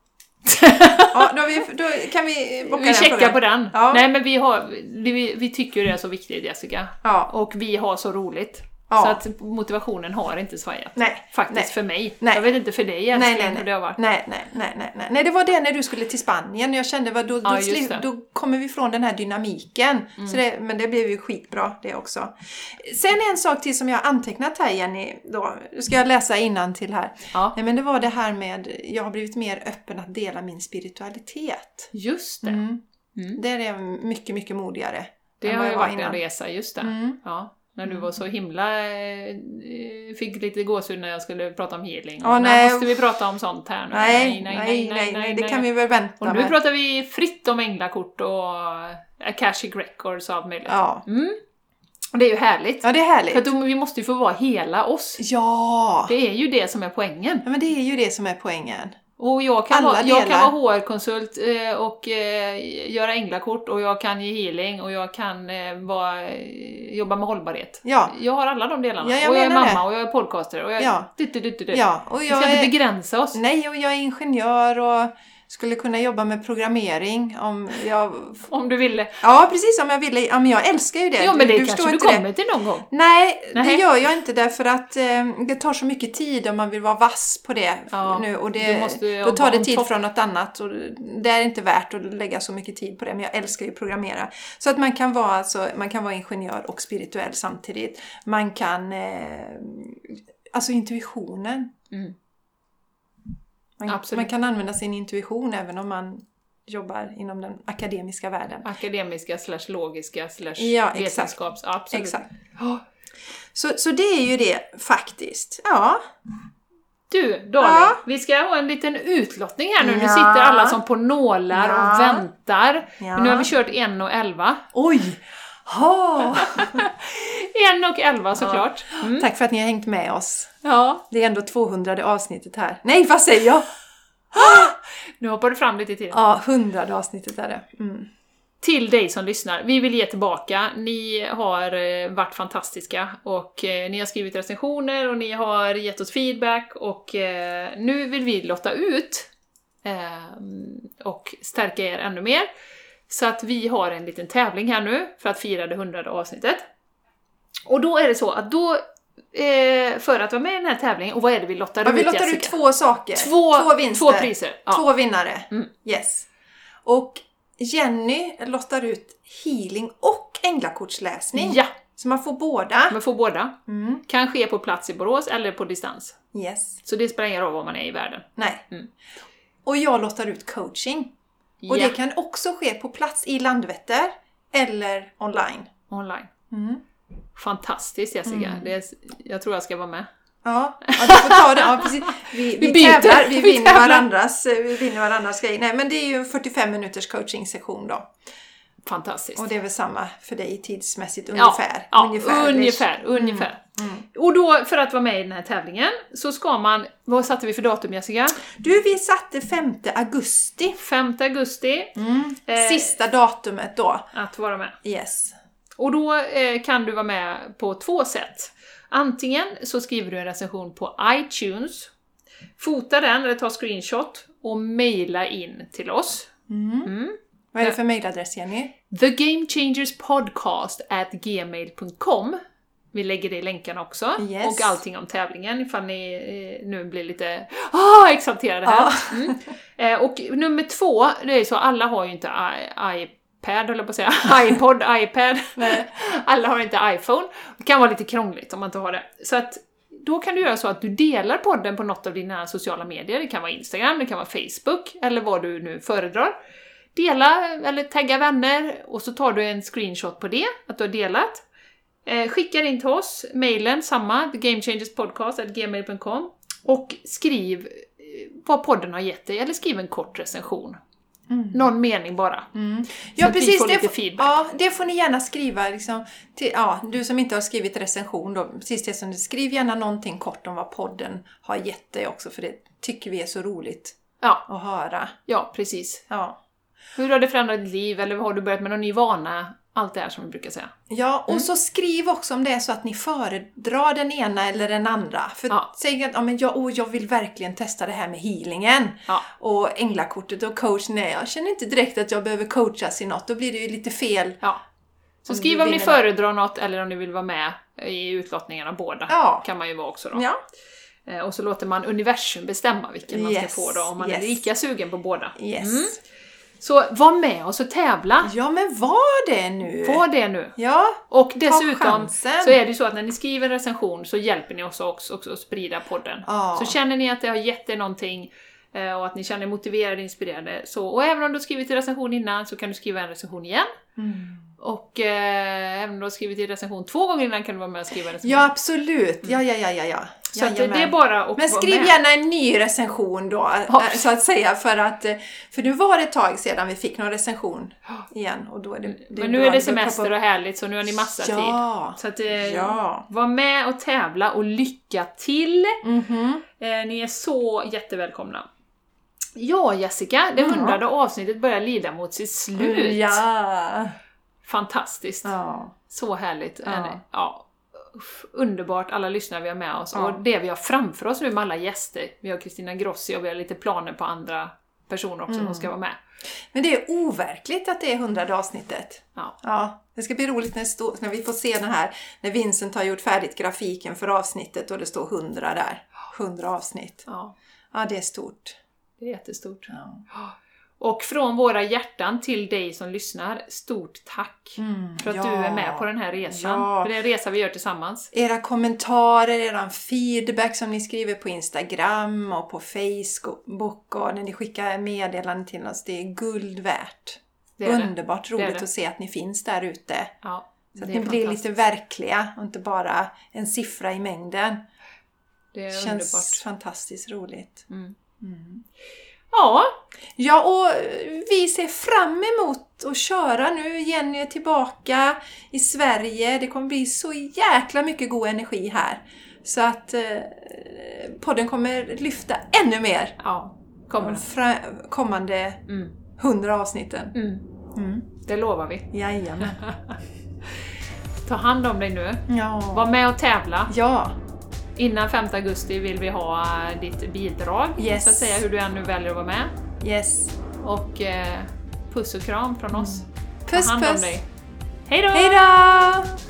A: Ja, då, vi, då kan vi bocka
B: vi
A: den
B: checkar på den.
A: Ja.
B: Nej, men vi, har, vi, vi tycker det är så viktigt, Jessica.
A: Ja.
B: Och vi har så roligt.
A: Ja.
B: Så att motivationen har inte svajat.
A: Nej.
B: Faktiskt
A: nej.
B: för mig.
A: Nej.
B: Jag vet inte för dig,
A: nej, nej,
B: hur det har varit.
A: Nej, nej, nej, nej, nej. Nej, det var det när du skulle till Spanien. Jag kände att då,
B: ja,
A: då, sli- då kommer vi från den här dynamiken.
B: Mm.
A: Så det, men det blev ju skitbra det också. Sen en sak till som jag har antecknat här, Jenny. Då ska jag läsa innantill här.
B: Ja.
A: Nej, men det var det här med, jag har blivit mer öppen att dela min spiritualitet.
B: Just det.
A: Mm.
B: Mm.
A: Där är jag mycket, mycket modigare.
B: Det har ju varit innan. En resa, just det.
A: Mm.
B: Ja. När du var så himla... Eh, fick lite gåshud när jag skulle prata om healing.
A: Ja,
B: nej. Måste vi prata om sånt här nu?
A: Nej, nej, nej, nej, nej det kan vi väl vänta
B: och nu med. Pratar vi fritt om änglakort och Akashic Records och allt möjligt.
A: Ja.
B: Mm. Och det är ju härligt.
A: Ja, det är härligt.
B: För att då, vi måste ju få vara hela oss.
A: Ja!
B: Det är ju det som är poängen.
A: Ja, men det är ju det som är poängen.
B: Och jag kan,
A: Alla
B: vara, jag
A: delar.
B: kan vara H R-konsult eh, och eh, göra änglakort och jag kan ge healing och jag kan eh, vara, eh, jobba med hållbarhet.
A: Ja.
B: Jag har alla de delarna.
A: Ja, jag
B: och jag är mamma
A: det.
B: och jag är podcaster och jag är...
A: Ja.
B: Du, du, du, du.
A: Ja, och jag
B: vi ska
A: är...
B: inte begränsa oss.
A: Nej, och jag är ingenjör och skulle kunna jobba med programmering om jag...
B: Om du ville.
A: Ja, precis om jag ville. Ja, men jag älskar ju det.
B: Ja, men det
A: du,
B: kanske du kommer till någon gång.
A: Nej,
B: Nej,
A: det gör jag inte därför att eh, det tar så mycket tid om man vill vara vass på det
B: ja,
A: nu. Och det,
B: måste
A: då tar det tid
B: topp.
A: från något annat och det är inte värt att lägga så mycket tid på det. Men jag älskar ju att programmera. Så att man kan vara, alltså, man kan vara ingenjör och spirituell samtidigt. Man kan... Eh, alltså intuitionen.
B: Mm.
A: Man, man kan använda sin intuition även om man jobbar inom den akademiska världen.
B: Akademiska slash logiska slash
A: ja,
B: vetenskaps.
A: Exakt.
B: Absolut.
A: Exakt. Oh. Så, så det är ju det faktiskt. Ja.
B: Du, Dahlin, ja. Vi ska ha en liten utlottning här nu. Ja. Nu sitter alla som på nålar ja. Och väntar. Ja. Nu har vi kört en och elva.
A: Oj! Oh.
B: en och elva såklart.
A: Mm. Tack för att ni har hängt med oss.
B: Ja.
A: Det är ändå tvåhundrade avsnittet här. Nej, vad säger jag?
B: Nu hoppar du fram lite till.
A: Ja, hundrade avsnittet är det. Mm.
B: Till dig som lyssnar. Vi vill ge tillbaka. Ni har eh, varit fantastiska och eh, ni har skrivit recensioner och ni har gett oss feedback och eh, nu vill vi lotta ut eh, och stärka er ännu mer. Så att vi har en liten tävling här nu för att fira det hundrade avsnittet. Och då är det så att då Eh, för att vara med i den här tävlingen. Och vad är det vi lottar ut,
A: ja, vi lottar ut två saker.
B: Två,
A: två vinster.
B: Två priser. Ja.
A: Två vinnare.
B: Mm.
A: Yes. Och Jenny lottar ut healing och änglakortsläsning.
B: Ja.
A: Så man får båda.
B: Man får båda.
A: Mm.
B: Kan ske på plats i Borås eller på distans.
A: Yes.
B: Så det spelar ingen roll var man är i världen.
A: Nej.
B: Mm.
A: Och jag lottar ut coaching. Och
B: ja.
A: det kan också ske på plats i Landvetter eller online.
B: Online.
A: Mm.
B: Fantastiskt, Jessica.
A: Mm.
B: Det är, jag tror jag ska vara med.
A: Ja, ja, du får ta det. Ja, precis. Vi, vi,
B: Vi byter.
A: tävlar, vi
B: Vi
A: vinner
B: tävlar.
A: varandras, vi vinner varandras grejer. Nej, men det är ju en fyrtiofem minuters coaching-session då.
B: Fantastiskt.
A: Och det är väl samma för dig tidsmässigt
B: Ja,
A: ungefär.
B: ja,
A: ungefär.
B: ungefär, ungefär.
A: Mm. Mm.
B: Och då, för att vara med i den här tävlingen, så ska man... Vad satte vi för datum, Jessica?
A: Du, vi satte femte augusti.
B: femte augusti.
A: Mm.
B: Eh,
A: Sista datumet då.
B: Att vara med.
A: Yes.
B: Och då eh, kan du vara med på två sätt. Antingen så skriver du en recension på iTunes, fotar den eller tar screenshot och mejla in till oss.
A: Mm.
B: Mm.
A: Vad är det för mejladress, Jenny?
B: the game changers podcast at gmail dot com. Vi lägger det i länkarna också.
A: Yes.
B: Och allting om tävlingen ifall ni eh, nu blir lite ah, exalterade här.
A: Ja.
B: Mm. Eh, och nummer två, det är så alla har ju inte I- iPad, eller på att säga, iPod, iPad.
A: Nej.
B: Alla har inte iPhone. Det kan vara lite krångligt om man inte har det. Så att då kan du göra så att du delar podden på något av dina sociala medier. Det kan vara Instagram, det kan vara Facebook eller vad du nu föredrar. Dela eller tagga vänner och så tar du en screenshot på det, att du har delat. Eh, skickar in till oss, mailen samma, the game changers podcast at gmail dot com, och skriv eh, vad podden har gett dig, eller skriv en kort recension. Mm. Någon mening bara.
A: Mm.
B: Så
A: Ja,
B: att
A: precis.
B: vi får
A: Det,
B: lite
A: f-
B: feedback.
A: ja, det får ni gärna skriva. Liksom, till, ja, du som inte har skrivit recension, då, precis det som du skriv gärna någonting kort om vad podden har gett dig också, för det tycker vi är så roligt
B: Ja,
A: att höra.
B: ja, precis.
A: Ja.
B: Hur har det förändrat ditt liv, eller har du börjat med någon ny vana? Allt det här som vi brukar säga.
A: Ja, och
B: Mm.
A: så skriv också om det är så att ni föredrar den ena eller den andra. För
B: Ja.
A: säg att ja, men jag, oh, jag vill verkligen testa det här med healingen.
B: Ja.
A: Och änglakortet och coach. Nej, jag känner inte direkt att jag behöver coachas i något. Då blir det ju lite fel.
B: Ja. Så
A: Om
B: skriv
A: du
B: om ni
A: vinner.
B: föredrar något eller om ni vill vara med i utlottningarna båda.
A: Ja.
B: Kan man ju vara också då.
A: Ja.
B: Eh, Och så låter man universum bestämma vilken man
A: Yes,
B: ska få då, om man
A: yes.
B: är lika sugen på båda.
A: Yes.
B: Mm. Så var med oss och tävla.
A: Ja, men var det nu?
B: Var det nu.
A: Ja.
B: Och dessutom
A: chansen.
B: så är det ju så att när ni skriver en recension så hjälper ni oss också, också att sprida podden.
A: Ja.
B: Så känner ni att det har gett er någonting eh, och att ni känner er motiverade och inspirerade. Så, och även om du har skrivit en recension innan så kan du skriva en recension igen.
A: Mm.
B: Och eh, även om du har skrivit en recension två gånger innan kan du vara med och skriva en recension.
A: Ja, absolut. Ja, ja, ja, ja, ja.
B: Så att det
A: Jajamän.
B: är bara att
A: Men
B: vara
A: skriv
B: med.
A: gärna en ny recension då,
B: Ja.
A: äh, så att säga, för att äh, för nu var det ett tag sedan vi fick någon recension igen, och då är det, det
B: Men nu
A: bra
B: är det
A: att
B: semester
A: plocka
B: och härligt så nu har ni massa
A: upp-
B: tid.
A: Ja.
B: Så att eh,
A: Ja.
B: var med och tävla och lycka till!
A: Mhm.
B: Eh, ni är så jättevälkomna. Ja, Jessica, det
A: Ja.
B: hundrade avsnittet börjar lida mot sitt slut.
A: Ja.
B: Fantastiskt.
A: Ja.
B: Så härligt.
A: Ja.
B: En, ja. Uff, underbart, alla lyssnare vi har med oss.
A: Ja.
B: Och det vi har framför oss nu med alla gäster. Vi har Kristina Grossi och vi har lite planer på andra personer också
A: Mm.
B: som ska vara med.
A: Men det är overkligt att det är hundrade avsnittet.
B: Ja.
A: Ja, det ska bli roligt när, det står, när vi får se den här, när Vincent har gjort färdigt grafiken för avsnittet och det står hundra där. hundra avsnitt.
B: Ja,
A: Ja, det är stort.
B: det är jättestort.
A: Ja.
B: Och från våra hjärtan till dig som lyssnar, stort tack
A: Mm,
B: för att
A: ja.
B: du är med på den här resan.
A: Ja.
B: För det är en resa vi gör tillsammans.
A: Era kommentarer, eran feedback som ni skriver på Instagram och på Facebook och när ni skickar meddelanden till oss, det är guld värt.
B: Det är det.
A: Underbart
B: Det är
A: roligt
B: det.
A: att se att ni finns där ute.
B: Ja,
A: Så att
B: det är
A: ni blir
B: fantastiskt.
A: lite verkliga och inte bara en siffra i mängden.
B: Det är
A: Känns
B: underbart.
A: fantastiskt roligt.
B: Mm.
A: Mm.
B: Ja,
A: Ja, och vi ser fram emot att köra nu. Jenny är tillbaka i Sverige. Det kommer bli så jäkla mycket god energi här. Så att eh, podden kommer lyfta ännu mer.
B: ja, kommer
A: De
B: det.
A: fra- kommande
B: Mm.
A: hundra avsnitten.
B: Mm.
A: Mm.
B: Det lovar vi.
A: Jajamän.
B: Ta hand om dig nu.
A: Ja.
B: Var med och tävla.
A: Ja.
B: Innan femte augusti vill vi ha ditt bidrag,
A: Yes.
B: så att säga, hur du än nu väljer att vara med.
A: Yes.
B: Och eh, puss och kram från oss.
A: Puss,
B: Ta hand om
A: puss.
B: dig. Hej då!
A: Hej då!